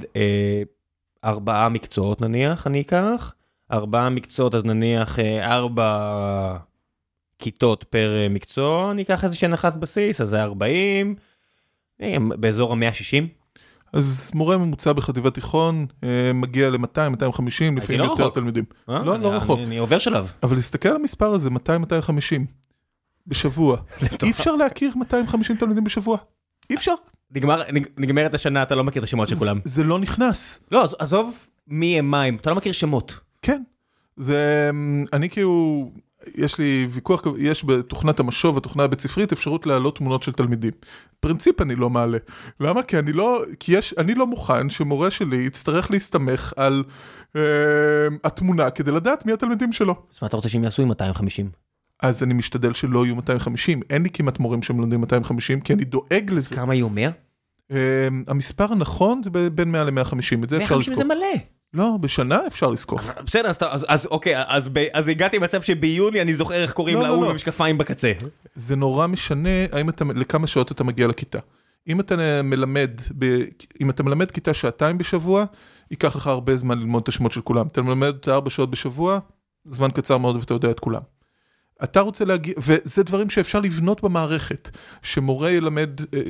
ארבעה מקצועות, נניח, אני אקח, ארבעה מקצועות, אז נניח ארבע כיתות פר מקצוע, אני אקח איזה שנחת בסיס, אז זה ארבעים, באזור ה-מאה שישים. אז מורה ממוצע בחטיבת תיכון, מגיע ל-מאתיים, מאתיים וחמישים, לפעמים יותר תלמידים. לא, לא רחוק. אני עובר שלב. אבל להסתכל על המספר הזה, מאתיים, מאתיים וחמישים, בשבוע. אי אפשר להכיר מאתיים וחמישים תלמידים בשבוע. אי אפשר. נגמרת השנה, אתה לא מכיר את השמות של כולם. זה לא נכנס. לא, עזוב מי הם מים, אתה לא מכיר שמות. כן. זה, אני כאילו, יש לי ויכוח, יש בתוכנת המשוב, התוכנה הבית ספרית, אפשרות להעלות תמונות של תלמידים. פרינציפ אני לא מעלה. למה? כי אני לא, כי יש, אני לא מוכן שמורה שלי יצטרך להסתמך על אה, התמונה, כדי לדעת מי התלמידים שלו. אז מה אתה רוצה שהם יעשו עם מאתיים וחמישים? אז אני משתדל שלא יהיו מאתיים וחמישים. אין לי כמעט מורים שמלמדים מאתיים וחמישים, כי אני דואג לזה. כמה יהיו מאה? Uh, המספר הנכון זה בין מאה ל-מאה וחמישים, את זה אפשר לזכור. מאה וחמישים זה מלא. לא, בשנה אפשר לזכור. בסדר, אז, אז, אז אוקיי, אז, ב, אז הגעתי למצב שביוני אני זוכר איך קוראים לא, להוא לא, לא. במשקפיים בקצה. זה נורא משנה האם אתה, לכמה שעות אתה מגיע לכיתה. אם אתה מלמד, ב, אם אתה מלמד כיתה שעתיים בשבוע, ייקח לך הרבה זמן ללמוד את השמות של כולם. אתה מלמד אותה ארבע שעות בשבוע, זמן קצר מאוד ואתה יודע את כולם. אתה רוצה להגיע, וזה דברים שאפשר לבנות במערכת, שמורה ילמד,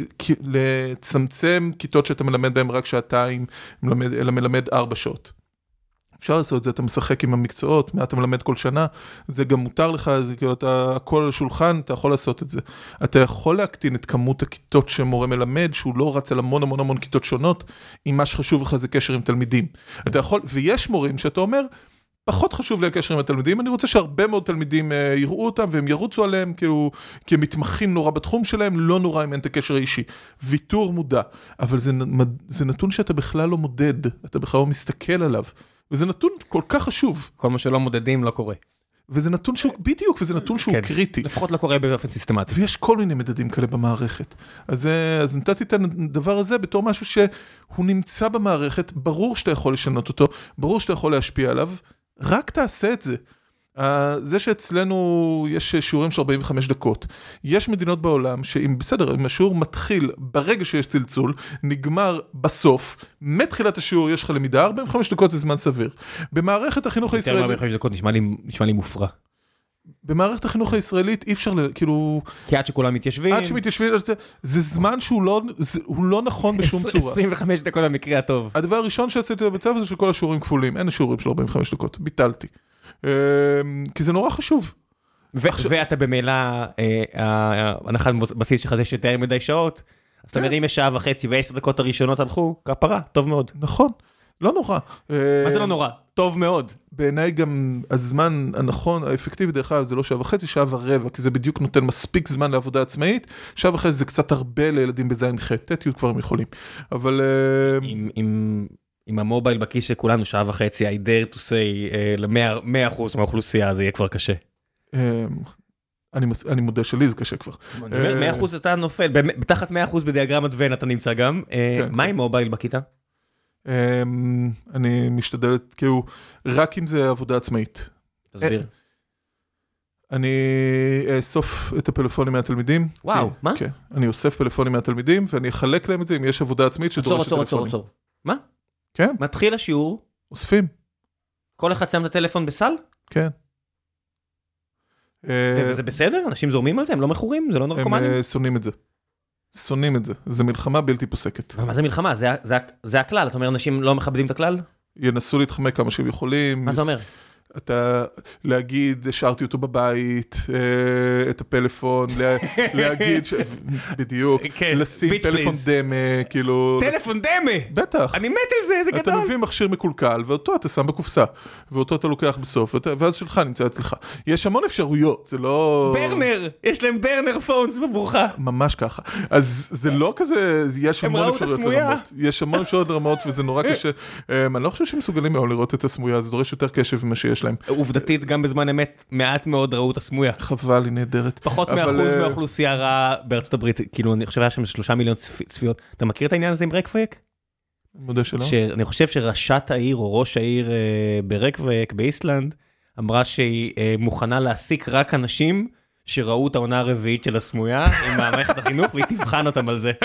לצמצם כיתות שאתה מלמד בהם רק שעתיים, אלא מלמד ארבע שעות. אפשר לעשות את זה, אתה משחק עם המקצועות, מה אתה מלמד כל שנה, זה גם מותר לך, זה כאילו אתה הכל על השולחן, אתה יכול לעשות את זה. אתה יכול להקטין את כמות הכיתות שמורה מלמד, שהוא לא רץ על המון המון המון כיתות שונות, אם מה שחשוב לך זה קשר עם תלמידים. אתה יכול, ויש מורים שאתה אומר, פחות חשוב לי הקשר עם התלמידים, אני רוצה שהרבה מאוד תלמידים uh, יראו אותם, והם ירוצו עליהם, כאילו, כי הם מתמחים נורא בתחום שלהם, לא נורא אם אין את הקשר האישי. ויתור מודע, אבל זה, זה נתון שאתה בכלל לא מודד, אתה בכלל לא מסתכל עליו, וזה נתון כל כך חשוב. כל מה שלא מודדים לא קורה. וזה נתון שהוא, בדיוק, וזה נתון שהוא כן, קריטי. לפחות לא קורה באופן סיסטמטי. ויש כל מיני מדדים כאלה במערכת. אז, אז נתתי את הדבר הזה בתור משהו שהוא נמצא במערכת, ברור שאתה יכול לשנות אותו, ברור שאתה יכול להשפיע עליו, רק תעשה את זה. זה שאצלנו יש שיעורים של ארבעים וחמש דקות. יש מדינות בעולם שאם בסדר, אם השיעור מתחיל ברגע שיש צלצול, נגמר בסוף, מתחילת השיעור יש לך למידה, ארבעים וחמש דקות זה זמן סביר. במערכת החינוך הישראלית... ארבעים וחמש דקות נשמע לי, נשמע לי מופרע. במערכת החינוך הישראלית אי אפשר, כאילו... כי עד שכולם מתיישבים... עד שמתיישבים, זה זמן שהוא לא, זה, הוא לא נכון בשום צורה. עשרים וחמש דקות במקרה הטוב. הדבר הראשון שעשיתי בבית ספר זה שכל השיעורים כפולים, אין שיעורים של ארבעים וחמש דקות, ביטלתי. כי זה נורא חשוב. ואתה במילא, הנחת בסיס שלך זה שיותר מדי שעות, אז אתה מרים שעה וחצי ועשר דקות הראשונות הלכו, כפרה, טוב מאוד. נכון, לא נורא. מה זה לא נורא? טוב מאוד. בעיניי גם הזמן הנכון, האפקטיבי דרך אגב, זה לא שעה וחצי, שעה ורבע, כי זה בדיוק נותן מספיק זמן לעבודה עצמאית, שעה וחצי זה קצת הרבה לילדים בזין ח', תתיות כבר הם יכולים. אבל... עם המובייל בכיס שכולנו שעה וחצי, I dare to say, ל-מאה אחוז מהאוכלוסייה זה יהיה כבר קשה. אני מודה שלי זה קשה כבר. מאה אחוז אתה נופל, בתחת מאה אחוז בדיאגרמת ון אתה נמצא גם. מה עם מובייל בכיתה? אני משתדלת, כאילו, רק אם זה עבודה עצמאית. תסביר. אני אאסוף את הפלאפונים מהתלמידים. וואו, מה? כן, אני אוסף פלאפונים מהתלמידים, ואני אחלק להם את זה אם יש עבודה עצמית שדורשת טלפונים. מה? כן. מתחיל השיעור. אוספים. כל אחד שם את הטלפון בסל? כן. וזה בסדר? אנשים זורמים על זה? הם לא מכורים? זה לא נרקומנים? הם שונאים את זה. שונאים את זה. זה מלחמה בלתי פוסקת. מה זה מלחמה? זה הכלל. אתה אומר, אנשים לא מכבדים את הכלל? ינסו להתחמק כמה שהם יכולים. מה זה אומר? אתה להגיד, השארתי אותו בבית, את הפלאפון, להגיד, בדיוק, לשים טלפון דמה, כאילו... טלפון דמה? בטח. אני מת על זה, זה גדול. אתה מביא מכשיר מקולקל, ואותו אתה שם בקופסה, ואותו אתה לוקח בסוף, ואז שלך נמצא אצלך. יש המון אפשרויות, זה לא... ברנר, יש להם ברנר פונס בבורחה. ממש ככה. אז זה לא כזה, יש המון אפשרויות לרמות. יש המון אפשרויות לרמות, וזה נורא קשה. אני לא חושב שהם מסוגלים מאוד לראות את הסמויה, זה דורש יותר קשב ממה שיש להם. עובדתית, גם בזמן אמת, מעט מאוד ראו את הסמויה. חבל, היא נהדרת. פחות מאחוז מהאוכלוסייה רעה בארצות הברית, כאילו, אני חושב היה שם שלושה מיליון צפיות. אתה מכיר את העניין הזה עם רקוויק? מודה שלא. אני חושב שראשת העיר, או ראש העיר ברקוויק, באיסלנד, אמרה שהיא מוכנה להעסיק רק אנשים שראו את העונה הרביעית של הסמויה, עם מערכת החינוך, והיא תבחן אותם על זה.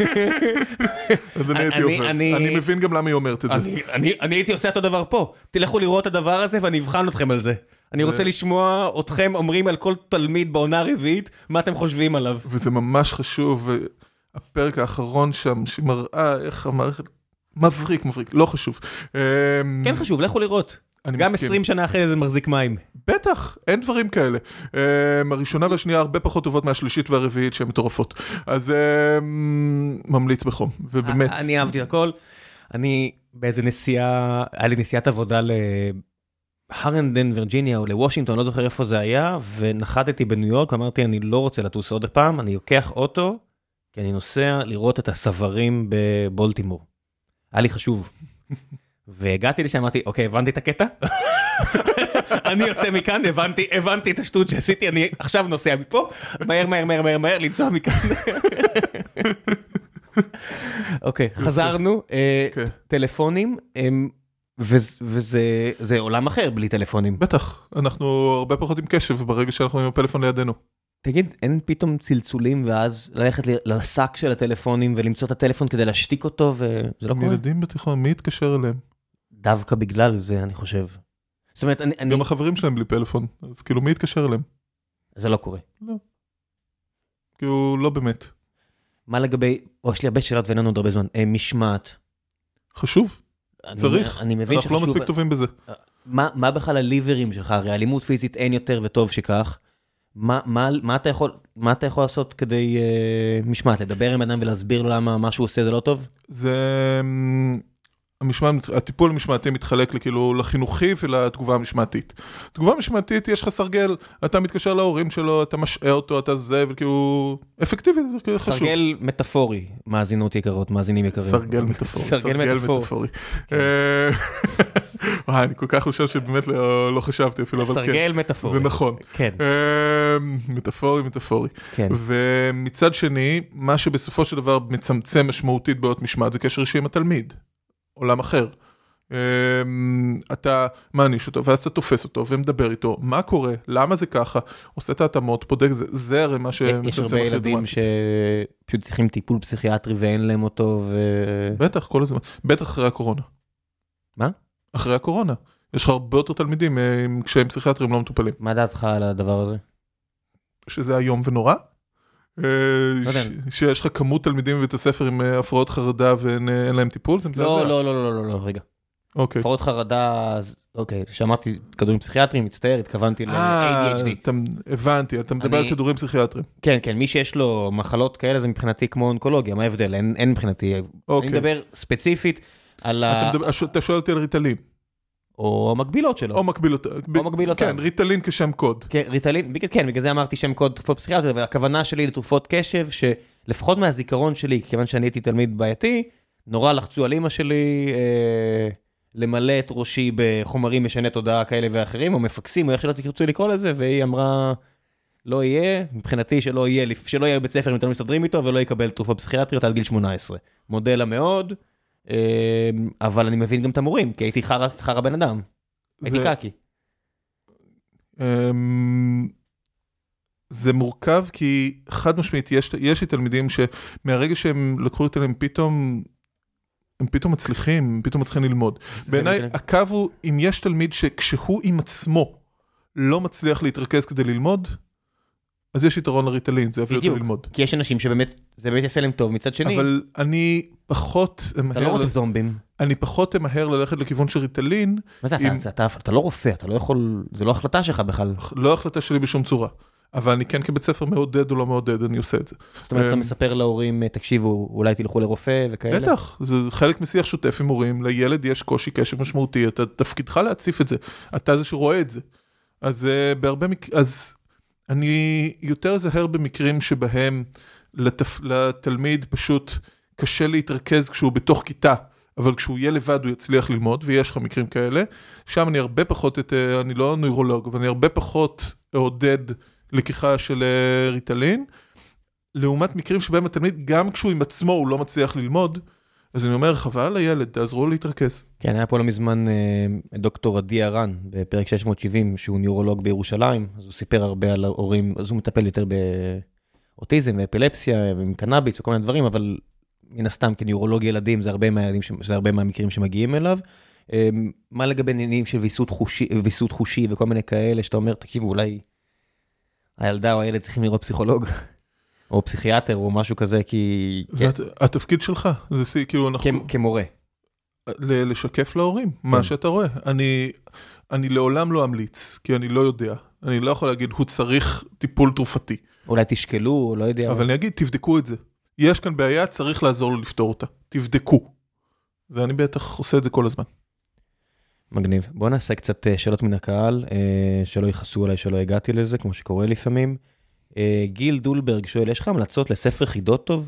אז אני הייתי עובר. אני מבין גם למה היא אומרת את זה. אני הייתי עושה אותו דבר פה. תלכו לראות את הדבר הזה, ואני אבחן אתכם על זה. אני רוצה לשמוע אתכם אומרים על כל תלמיד בעונה הרביעית, מה אתם חושבים עליו. וזה ממש חשוב, הפרק האחרון שם, שמראה איך המערכת... מבריק, מבריק, לא חשוב. כן חשוב, לכו לראות. גם עשרים שנה אחרי זה מחזיק מים. בטח, אין דברים כאלה. הראשונה והשנייה הרבה פחות טובות מהשלישית והרביעית שהן מטורפות. אז ממליץ בחום, ובאמת. אני אהבתי את הכל. אני באיזה נסיעה, היה לי נסיעת עבודה להרנדן, וירג'יניה, או לוושינגטון, לא זוכר איפה זה היה, ונחתתי בניו יורק, אמרתי, אני לא רוצה לטוס עוד פעם, אני לוקח אוטו, כי אני נוסע לראות את הסברים בבולטימור. היה לי חשוב. והגעתי לשם, אמרתי, אוקיי, הבנתי את הקטע? אני יוצא מכאן, הבנתי, הבנתי את השטות שעשיתי, אני עכשיו נוסע מפה, מהר, מהר, מהר, מהר, מהר, לנסוע מכאן. אוקיי, חזרנו, טלפונים, וזה עולם אחר בלי טלפונים. בטח, אנחנו הרבה פחות עם קשב ברגע שאנחנו עם הפלאפון לידינו. תגיד, אין פתאום צלצולים ואז ללכת לשק של הטלפונים ולמצוא את הטלפון כדי להשתיק אותו, וזה לא קורה? ילדים בתיכון, מי יתקשר אליהם? דווקא בגלל זה, אני חושב. זאת אומרת, אני... גם החברים שלהם בלי פלאפון, אז כאילו מי יתקשר אליהם? זה לא קורה. לא. כאילו, לא באמת. מה לגבי, או יש לי הרבה שאלות ואין לנו עוד הרבה זמן, משמעת. חשוב, צריך. אני מבין אנחנו לא מספיק טובים בזה. מה בכלל הליברים שלך? הרי אלימות פיזית אין יותר וטוב שכך. מה, מה, מה אתה יכול, מה אתה יכול לעשות כדי uh, משמעת, לדבר עם אדם ולהסביר למה מה שהוא עושה זה לא טוב? זה, המשמעת, הטיפול המשמעתי מתחלק לכאילו לחינוכי ולתגובה המשמעתית. תגובה המשמעתית, יש לך סרגל, אתה מתקשר להורים שלו, אתה משעה אותו, אתה זה, וכאילו, אפקטיבי, זה חשוב. סרגל מטאפורי, מאזינות יקרות, מאזינים יקרים. סרגל מטאפורי. סרגל מטאפורי. וואי, אני כל כך חושב שבאמת לא חשבתי אפילו, אבל כן. סרגל מטאפורי. זה נכון. כן. מטאפורי, מטאפורי. כן. ומצד שני, מה שבסופו של דבר מצמצם משמעותית בעיות משמעת, זה קשר אישי עם התלמיד. עולם אחר. אתה מעניש אותו, ואז אתה תופס אותו, ומדבר איתו, מה קורה, למה זה ככה, עושה את ההתאמות, בודק, זה הרי מה שמצמצם. יש הרבה ילדים שפשוט צריכים טיפול פסיכיאטרי ואין להם אותו, ו... בטח, כל הזמן. בטח אחרי הקורונה. מה? אחרי הקורונה. יש לך הרבה יותר תלמידים עם קשיים פסיכיאטריים לא מטופלים. מה דעתך על הדבר הזה? שזה היום ונורא. שיש לך כמות תלמידים בבית הספר עם הפרעות חרדה ואין להם טיפול? לא, לא, לא, לא, לא, רגע. הפרעות חרדה, אוקיי, שמעתי כדורים פסיכיאטריים, מצטער, התכוונתי ל-איי די אייץ' די. הבנתי, אתה מדבר על כדורים פסיכיאטריים. כן, כן, מי שיש לו מחלות כאלה זה מבחינתי כמו אונקולוגיה, מה ההבדל? אין מבחינתי. אני מדבר ספציפית על ה... אתה שואל אותי על ריטלין. או מקבילות שלו. או מקבילות. או מקבילות. כן, ריטלין כשם קוד. כן, ריטלין, כן, בגלל זה אמרתי שם קוד תרופות פסיכיאטריות, והכוונה שלי לתרופות קשב, שלפחות מהזיכרון שלי, כיוון שאני הייתי תלמיד בעייתי, נורא לחצו על אמא שלי אה, למלא את ראשי בחומרים משני תודעה כאלה ואחרים, או מפקסים, או איך שלא תרצו לקרוא לזה, והיא אמרה, לא יהיה, מבחינתי שלא יהיה, שלא יהיה בית ספר אם אתם מסתדרים איתו, ולא יקבל תרופות פסיכיאטריות עד גיל שמונה עשרה. מודל לה מאוד, אבל אני מבין גם את המורים, כי הייתי חרא בן אדם. הייתי קקי. זה מורכב כי חד משמעית, יש לי תלמידים שמהרגע שהם לקחו את אליהם פתאום, הם פתאום מצליחים, פתאום מצליחים ללמוד. בעיניי, הקו הוא, אם יש תלמיד שכשהוא עם עצמו לא מצליח להתרכז כדי ללמוד, אז יש יתרון לריטלין, זה יביא אותו ללמוד. כי יש אנשים שבאמת, זה באמת יעשה להם טוב מצד שני. אבל אני פחות אמהר... אתה לא רוצה זומבים. אני פחות אמהר ללכת לכיוון של ריטלין. מה זה, אתה לא רופא, אתה לא יכול, זה לא החלטה שלך בכלל. לא החלטה שלי בשום צורה. אבל אני כן כבית ספר מעודד או לא מעודד, אני עושה את זה. זאת אומרת, אתה מספר להורים, תקשיבו, אולי תלכו לרופא וכאלה? בטח, זה חלק משיח שוטף עם הורים, לילד יש קושי קשב משמעותי, אתה תפקידך להציף את זה, אתה זה שרואה את זה. אז בהרבה מקרים, אז אני יותר זהר במקרים שבהם לתפ... לתלמיד פשוט קשה להתרכז כשהוא בתוך כיתה, אבל כשהוא יהיה לבד הוא יצליח ללמוד, ויש לך מקרים כאלה. שם אני הרבה פחות, את, אני לא נוירולוג, אבל אני הרבה פחות עודד לקיחה של ריטלין, לעומת מקרים שבהם התלמיד, גם כשהוא עם עצמו הוא לא מצליח ללמוד, אז אני אומר, חבל לילד, תעזרו להתרכז. כן, היה פה לא מזמן דוקטור עדי ארן, בפרק שש מאות שבעים, שהוא ניורולוג בירושלים, אז הוא סיפר הרבה על ההורים, אז הוא מטפל יותר באוטיזם, ואפילפסיה, ועם קנאביס וכל מיני דברים, אבל מן הסתם כניורולוג ילדים, זה הרבה מהילדים, זה הרבה מהמקרים שמגיעים אליו. מה לגבי עניינים של ויסות חושי, ויסות חושי וכל מיני כאלה, שאתה אומר, תקשיבו, אולי הילדה או הילד צריכים לראות פסיכולוג, או פסיכיאטר, או משהו כזה, כי... זה התפקיד שלך, זה כאילו אנחנו... כמורה. לשקף להורים, מה שאתה רואה. אני, אני לעולם לא אמליץ, כי אני לא יודע. אני לא יכול להגיד, הוא צריך טיפול תרופתי. אולי תשקלו, לא יודע. אבל אני אגיד, תבדקו את זה. יש כאן בעיה, צריך לעזור לו לפתור אותה. תבדקו. זה אני בטח עושה את זה כל הזמן. מגניב. בוא נעשה קצת שאלות מן הקהל, שלא יחסו עליי שלא הגעתי לזה, כמו שקורה לפעמים. גיל דולברג שואל, יש לך המלצות לספר חידות טוב?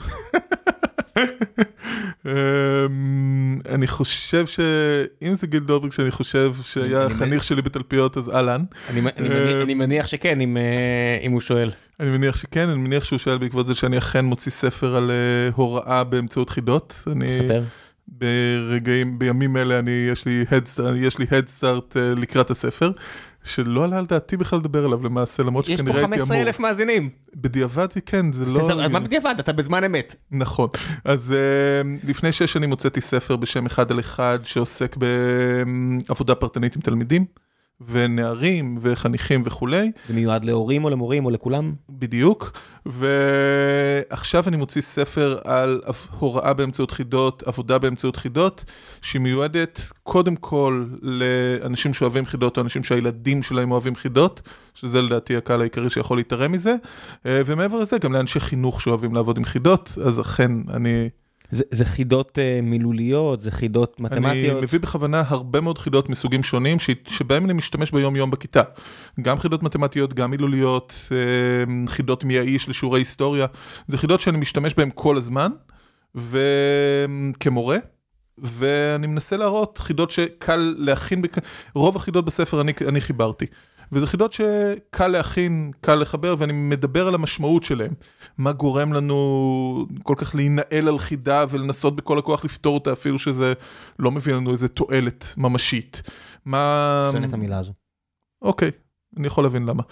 אני חושב שאם זה גיל דולברג שאני חושב שהיה חניך שלי בתלפיות, אז אהלן. אני מניח שכן, אם הוא שואל. אני מניח שכן, אני מניח שהוא שואל בעקבות זה שאני אכן מוציא ספר על הוראה באמצעות חידות. ספר. ברגעים, בימים אלה אני, יש לי הדסטארט, יש לי הדסטארט לקראת הספר, שלא עלה על דעתי בכלל לדבר עליו למעשה, למרות שכנראה הייתי אמור. יש פה חמישה עשר אלף מאזינים. בדיעבד, כן, זה לא... מה בדיעבד? אתה בזמן אמת. נכון. אז לפני שש שנים הוצאתי ספר בשם אחד על אחד, שעוסק בעבודה פרטנית עם תלמידים, ונערים וחניכים וכולי. זה מיועד להורים או למורים או לכולם? בדיוק. ועכשיו אני מוציא ספר על הוראה באמצעות חידות, עבודה באמצעות חידות, שהיא מיועדת קודם כל לאנשים שאוהבים חידות, או אנשים שהילדים שלהם אוהבים חידות, שזה לדעתי הקהל העיקרי שיכול להתערם מזה, ומעבר לזה גם לאנשי חינוך שאוהבים לעבוד עם חידות, אז אכן אני... זה, זה חידות uh, מילוליות, זה חידות מתמטיות. אני מביא בכוונה הרבה מאוד חידות מסוגים שונים, ש... שבהם אני משתמש ביום יום בכיתה. גם חידות מתמטיות, גם מילוליות, uh, חידות מי האיש לשיעורי היסטוריה. זה חידות שאני משתמש בהם כל הזמן, וכמורה, ואני מנסה להראות חידות שקל להכין, בכ... רוב החידות בספר אני, אני חיברתי. וזה חידות שקל להכין, קל לחבר, ואני מדבר על המשמעות שלהם. מה גורם לנו כל כך להינעל על חידה, ולנסות בכל הכוח לפתור אותה, אפילו שזה לא מביא לנו איזו תועלת ממשית. מה... שונא את המילה הזו. אוקיי, אני יכול להבין למה.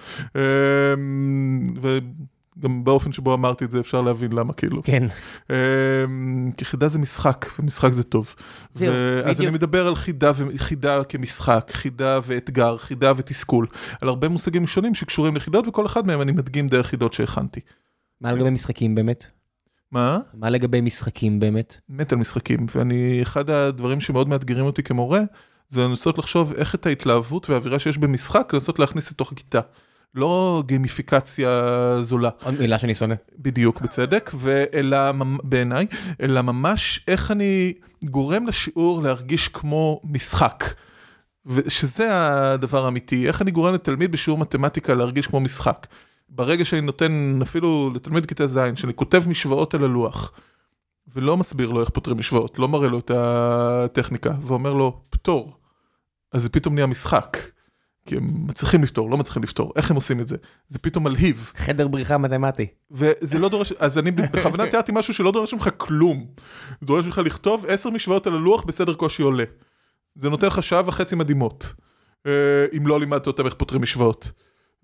וגם באופן שבו אמרתי את זה, אפשר להבין למה, כאילו. כן. כי חידה זה משחק, ומשחק זה טוב. אז אני מדבר על חידה וחידה כמשחק, חידה ואתגר, חידה ותסכול, על הרבה מושגים שונים שקשורים לחידות, וכל אחד מהם אני מדגים דרך חידות שהכנתי. מה לגבי משחקים באמת? מה? מה לגבי משחקים באמת? מת על משחקים, ואני, אחד הדברים שמאוד מאתגרים אותי כמורה, זה לנסות לחשוב איך את ההתלהבות והאווירה שיש במשחק, לנסות להכניס לתוך הכיתה. לא גימיפיקציה זולה. עוד מילה שאני שונא. בדיוק, בצדק, ואלא, בעיניי, אלא ממש איך אני גורם לשיעור להרגיש כמו משחק. ושזה הדבר האמיתי, איך אני גורם לתלמיד בשיעור מתמטיקה להרגיש כמו משחק. ברגע שאני נותן אפילו לתלמיד כיתה זין, שאני כותב משוואות על הלוח, ולא מסביר לו איך פותרים משוואות, לא מראה לו את הטכניקה, ואומר לו, פתור. אז זה פתאום נהיה משחק. כי הם מצליחים לפתור, לא מצליחים לפתור. איך הם עושים את זה? זה פתאום מלהיב. חדר בריחה מתמטי. וזה לא דורש, אז אני בכוונה תיארתי משהו שלא דורש ממך כלום. דורש ממך לכתוב עשר משוואות על הלוח בסדר קושי עולה. זה נותן לך שעה וחצי מדהימות. אם לא לימדת אותם איך פותרים משוואות.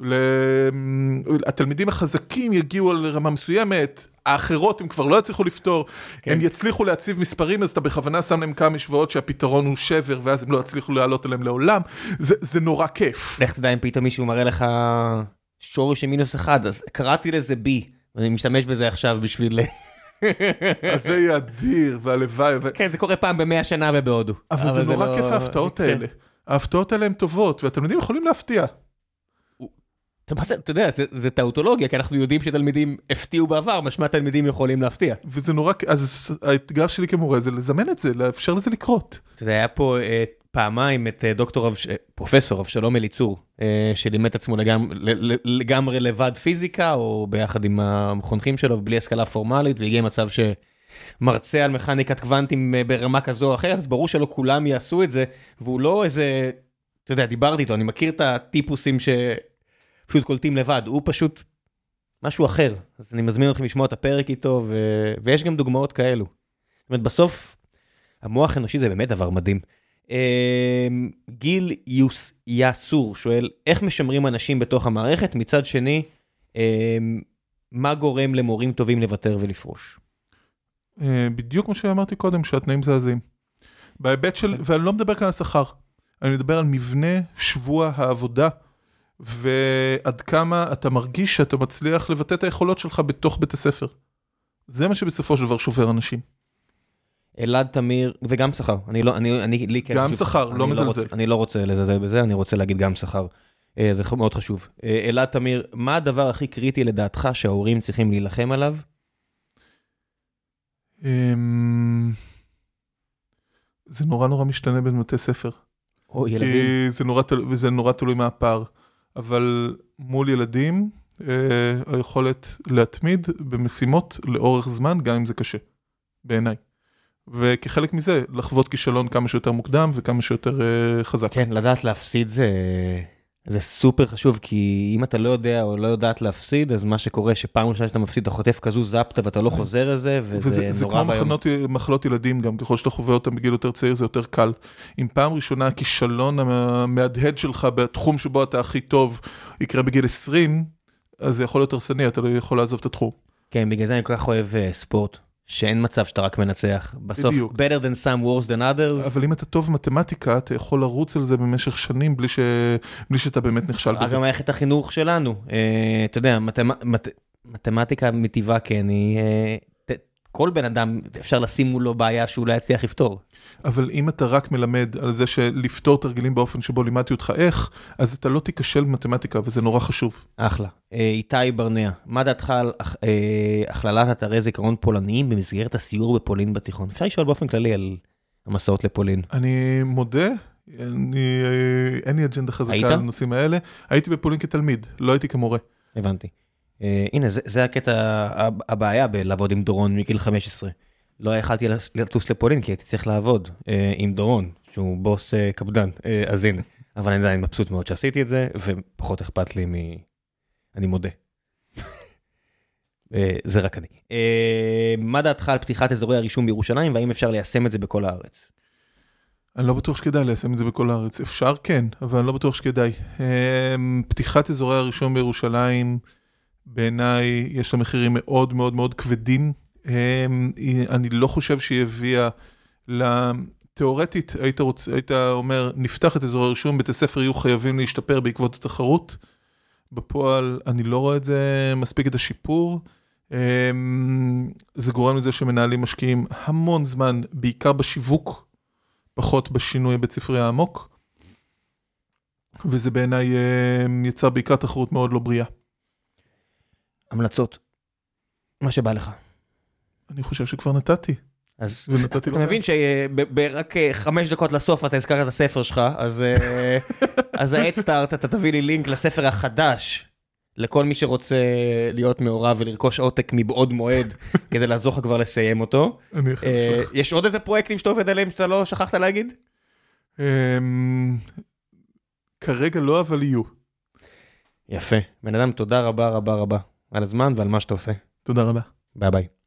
התלמידים החזקים יגיעו לרמה מסוימת, האחרות הם כבר לא יצליחו לפתור, הם יצליחו להציב מספרים, אז אתה בכוונה שם להם כמה משוואות שהפתרון הוא שבר, ואז הם לא יצליחו לעלות עליהם לעולם, זה נורא כיף. לך תדע אם פתאום מישהו מראה לך שורש של מינוס אחד, אז קראתי לזה בי, ואני משתמש בזה עכשיו בשביל... אז זה יהיה אדיר, והלוואי... כן, זה קורה פעם במאה שנה ובהודו. אבל זה נורא כיף ההפתעות האלה. ההפתעות האלה הן טובות, והתלמידים יכולים להפתיע. אתה יודע, זה טאוטולוגיה, כי אנחנו יודעים שתלמידים הפתיעו בעבר, משמע תלמידים יכולים להפתיע. וזה נורא, אז האתגר שלי כמורה זה לזמן את זה, לאפשר לזה לקרות. אתה יודע, היה פה פעמיים את דוקטור, פרופסור אבשלום אליצור, שלימד את עצמו לגמרי לבד פיזיקה, או ביחד עם המחונכים שלו, בלי השכלה פורמלית, והגיע מצב שמרצה על מכניקת קוונטים ברמה כזו או אחרת, אז ברור שלא כולם יעשו את זה, והוא לא איזה, אתה יודע, דיברתי איתו, אני מכיר את הטיפוסים ש... פשוט קולטים לבד, הוא פשוט משהו אחר. אז אני מזמין אתכם לשמוע את הפרק איתו, ו... ויש גם דוגמאות כאלו. זאת אומרת, בסוף, המוח האנושי זה באמת דבר מדהים. גיל יוס יאסור שואל, איך משמרים אנשים בתוך המערכת? מצד שני, מה גורם למורים טובים לוותר ולפרוש? בדיוק כמו שאמרתי קודם, שהתנאים זעזעים. בהיבט של, ואני לא מדבר כאן על שכר, אני מדבר על מבנה שבוע העבודה, ועד כמה אתה מרגיש שאתה מצליח לבטא את היכולות שלך בתוך בית הספר. זה מה שבסופו של דבר שובר אנשים. אלעד תמיר, וגם שכר. אני לא, אני, אני, לי כן. גם שכר, לא מזלזל. אני לא רוצה לזלזל בזה, אני רוצה להגיד גם שכר. זה מאוד חשוב. אלעד תמיר, מה הדבר הכי קריטי לדעתך שההורים צריכים להילחם עליו? זה נורא נורא משתנה בין בתי ספר. או ילדים. כי זה נורא, וזה נורא תלוי מהפער. אבל מול ילדים, אה, היכולת להתמיד במשימות לאורך זמן, גם אם זה קשה, בעיניי. וכחלק מזה, לחוות כישלון כמה שיותר מוקדם, וכמה שיותר אה, חזק. כן, לדעת להפסיד זה, זה סופר חשוב, כי אם אתה לא יודע או לא יודעת להפסיד, אז מה שקורה שפעם ראשונה שאתה מפסיד, אתה חוטף כזו זפטה, ואתה לא חוזר על זה, וזה וזה, נורא זה כמו מחנות, מחלות ילדים גם, ככל שאתה חווה אותם בגיל יותר צעיר, זה יותר קל. אם פעם ראשונה הכישלון המהדהד שלך, בתחום שבו אתה הכי טוב, יקרה בגיל עשרים, אז זה יכול להיות הרסני, אתה לא יכול לעזוב את התחום. כן, בגלל זה אני כל כך אוהב ספורט. שאין מצב שאתה רק מנצח. בסוף, בדיוק. better than some, worse than others. אבל אם אתה טוב במתמטיקה, אתה יכול לרוץ על זה במשך שנים, בלי, ש... בלי שאתה באמת נכשל בזה. גם מערכת החינוך שלנו. אתה יודע, מתמ... מת... מתמטיקה מטבעה, כן, היא... כל בן אדם, אפשר לשים מולו בעיה שהוא לא יצליח לפתור. אבל אם אתה רק מלמד על זה שלפתור תרגילים באופן שבו לימדתי אותך איך, אז אתה לא תיכשל במתמטיקה, וזה נורא חשוב. אחלה. איתי ברנע, מה דעתך על הכללת אתרי זיכרון פולניים במסגרת הסיור בפולין בתיכון? אפשר לשאול באופן כללי על המסעות לפולין. אני מודה, אני, אין לי אג'נדה חזקה על הנושאים האלה. הייתי בפולין כתלמיד, לא הייתי כמורה. הבנתי. הנה, זה הקטע, הבעיה בלעבוד עם דורון מגיל חמש עשרה. לא יכלתי לטוס לפולין, כי הייתי צריך לעבוד עם דורון, שהוא בוס קפדן, אז הנה. אבל אני עדיין מבסוט מאוד שעשיתי את זה, ופחות אכפת לי מ... אני מודה. זה רק אני. מה דעתך על פתיחת אזורי הרישום בירושלים, והאם אפשר ליישם את זה בכל הארץ? אני לא בטוח שכדאי ליישם את זה בכל הארץ. אפשר כן, אבל אני לא בטוח שכדאי. פתיחת אזורי הרישום בירושלים, בעיניי יש לה מחירים מאוד מאוד מאוד כבדים. אני לא חושב שהיא הביאה, תיאורטית היית, רוצה, היית אומר, נפתח את אזורי הרישום, בית הספר יהיו חייבים להשתפר בעקבות התחרות. בפועל אני לא רואה את זה מספיק את השיפור. זה גורם לזה שמנהלים משקיעים המון זמן, בעיקר בשיווק, פחות בשינוי בית ספרי העמוק. וזה בעיניי יצר בעיקר תחרות מאוד לא בריאה. המלצות. מה שבא לך. אני חושב שכבר נתתי. אז אתה מבין שברק חמש דקות לסוף אתה הזכרת את הספר שלך, אז האדסטארט, אתה תביא לי לינק לספר החדש, לכל מי שרוצה להיות מעורב ולרכוש עותק מבעוד מועד, כדי לעזור לך כבר לסיים אותו. יש עוד איזה פרויקטים שאתה עובד עליהם שאתה לא שכחת להגיד? כרגע לא, אבל יהיו. יפה. בן אדם, תודה רבה רבה רבה על הזמן ועל מה שאתה עושה. תודה רבה. ביי ביי.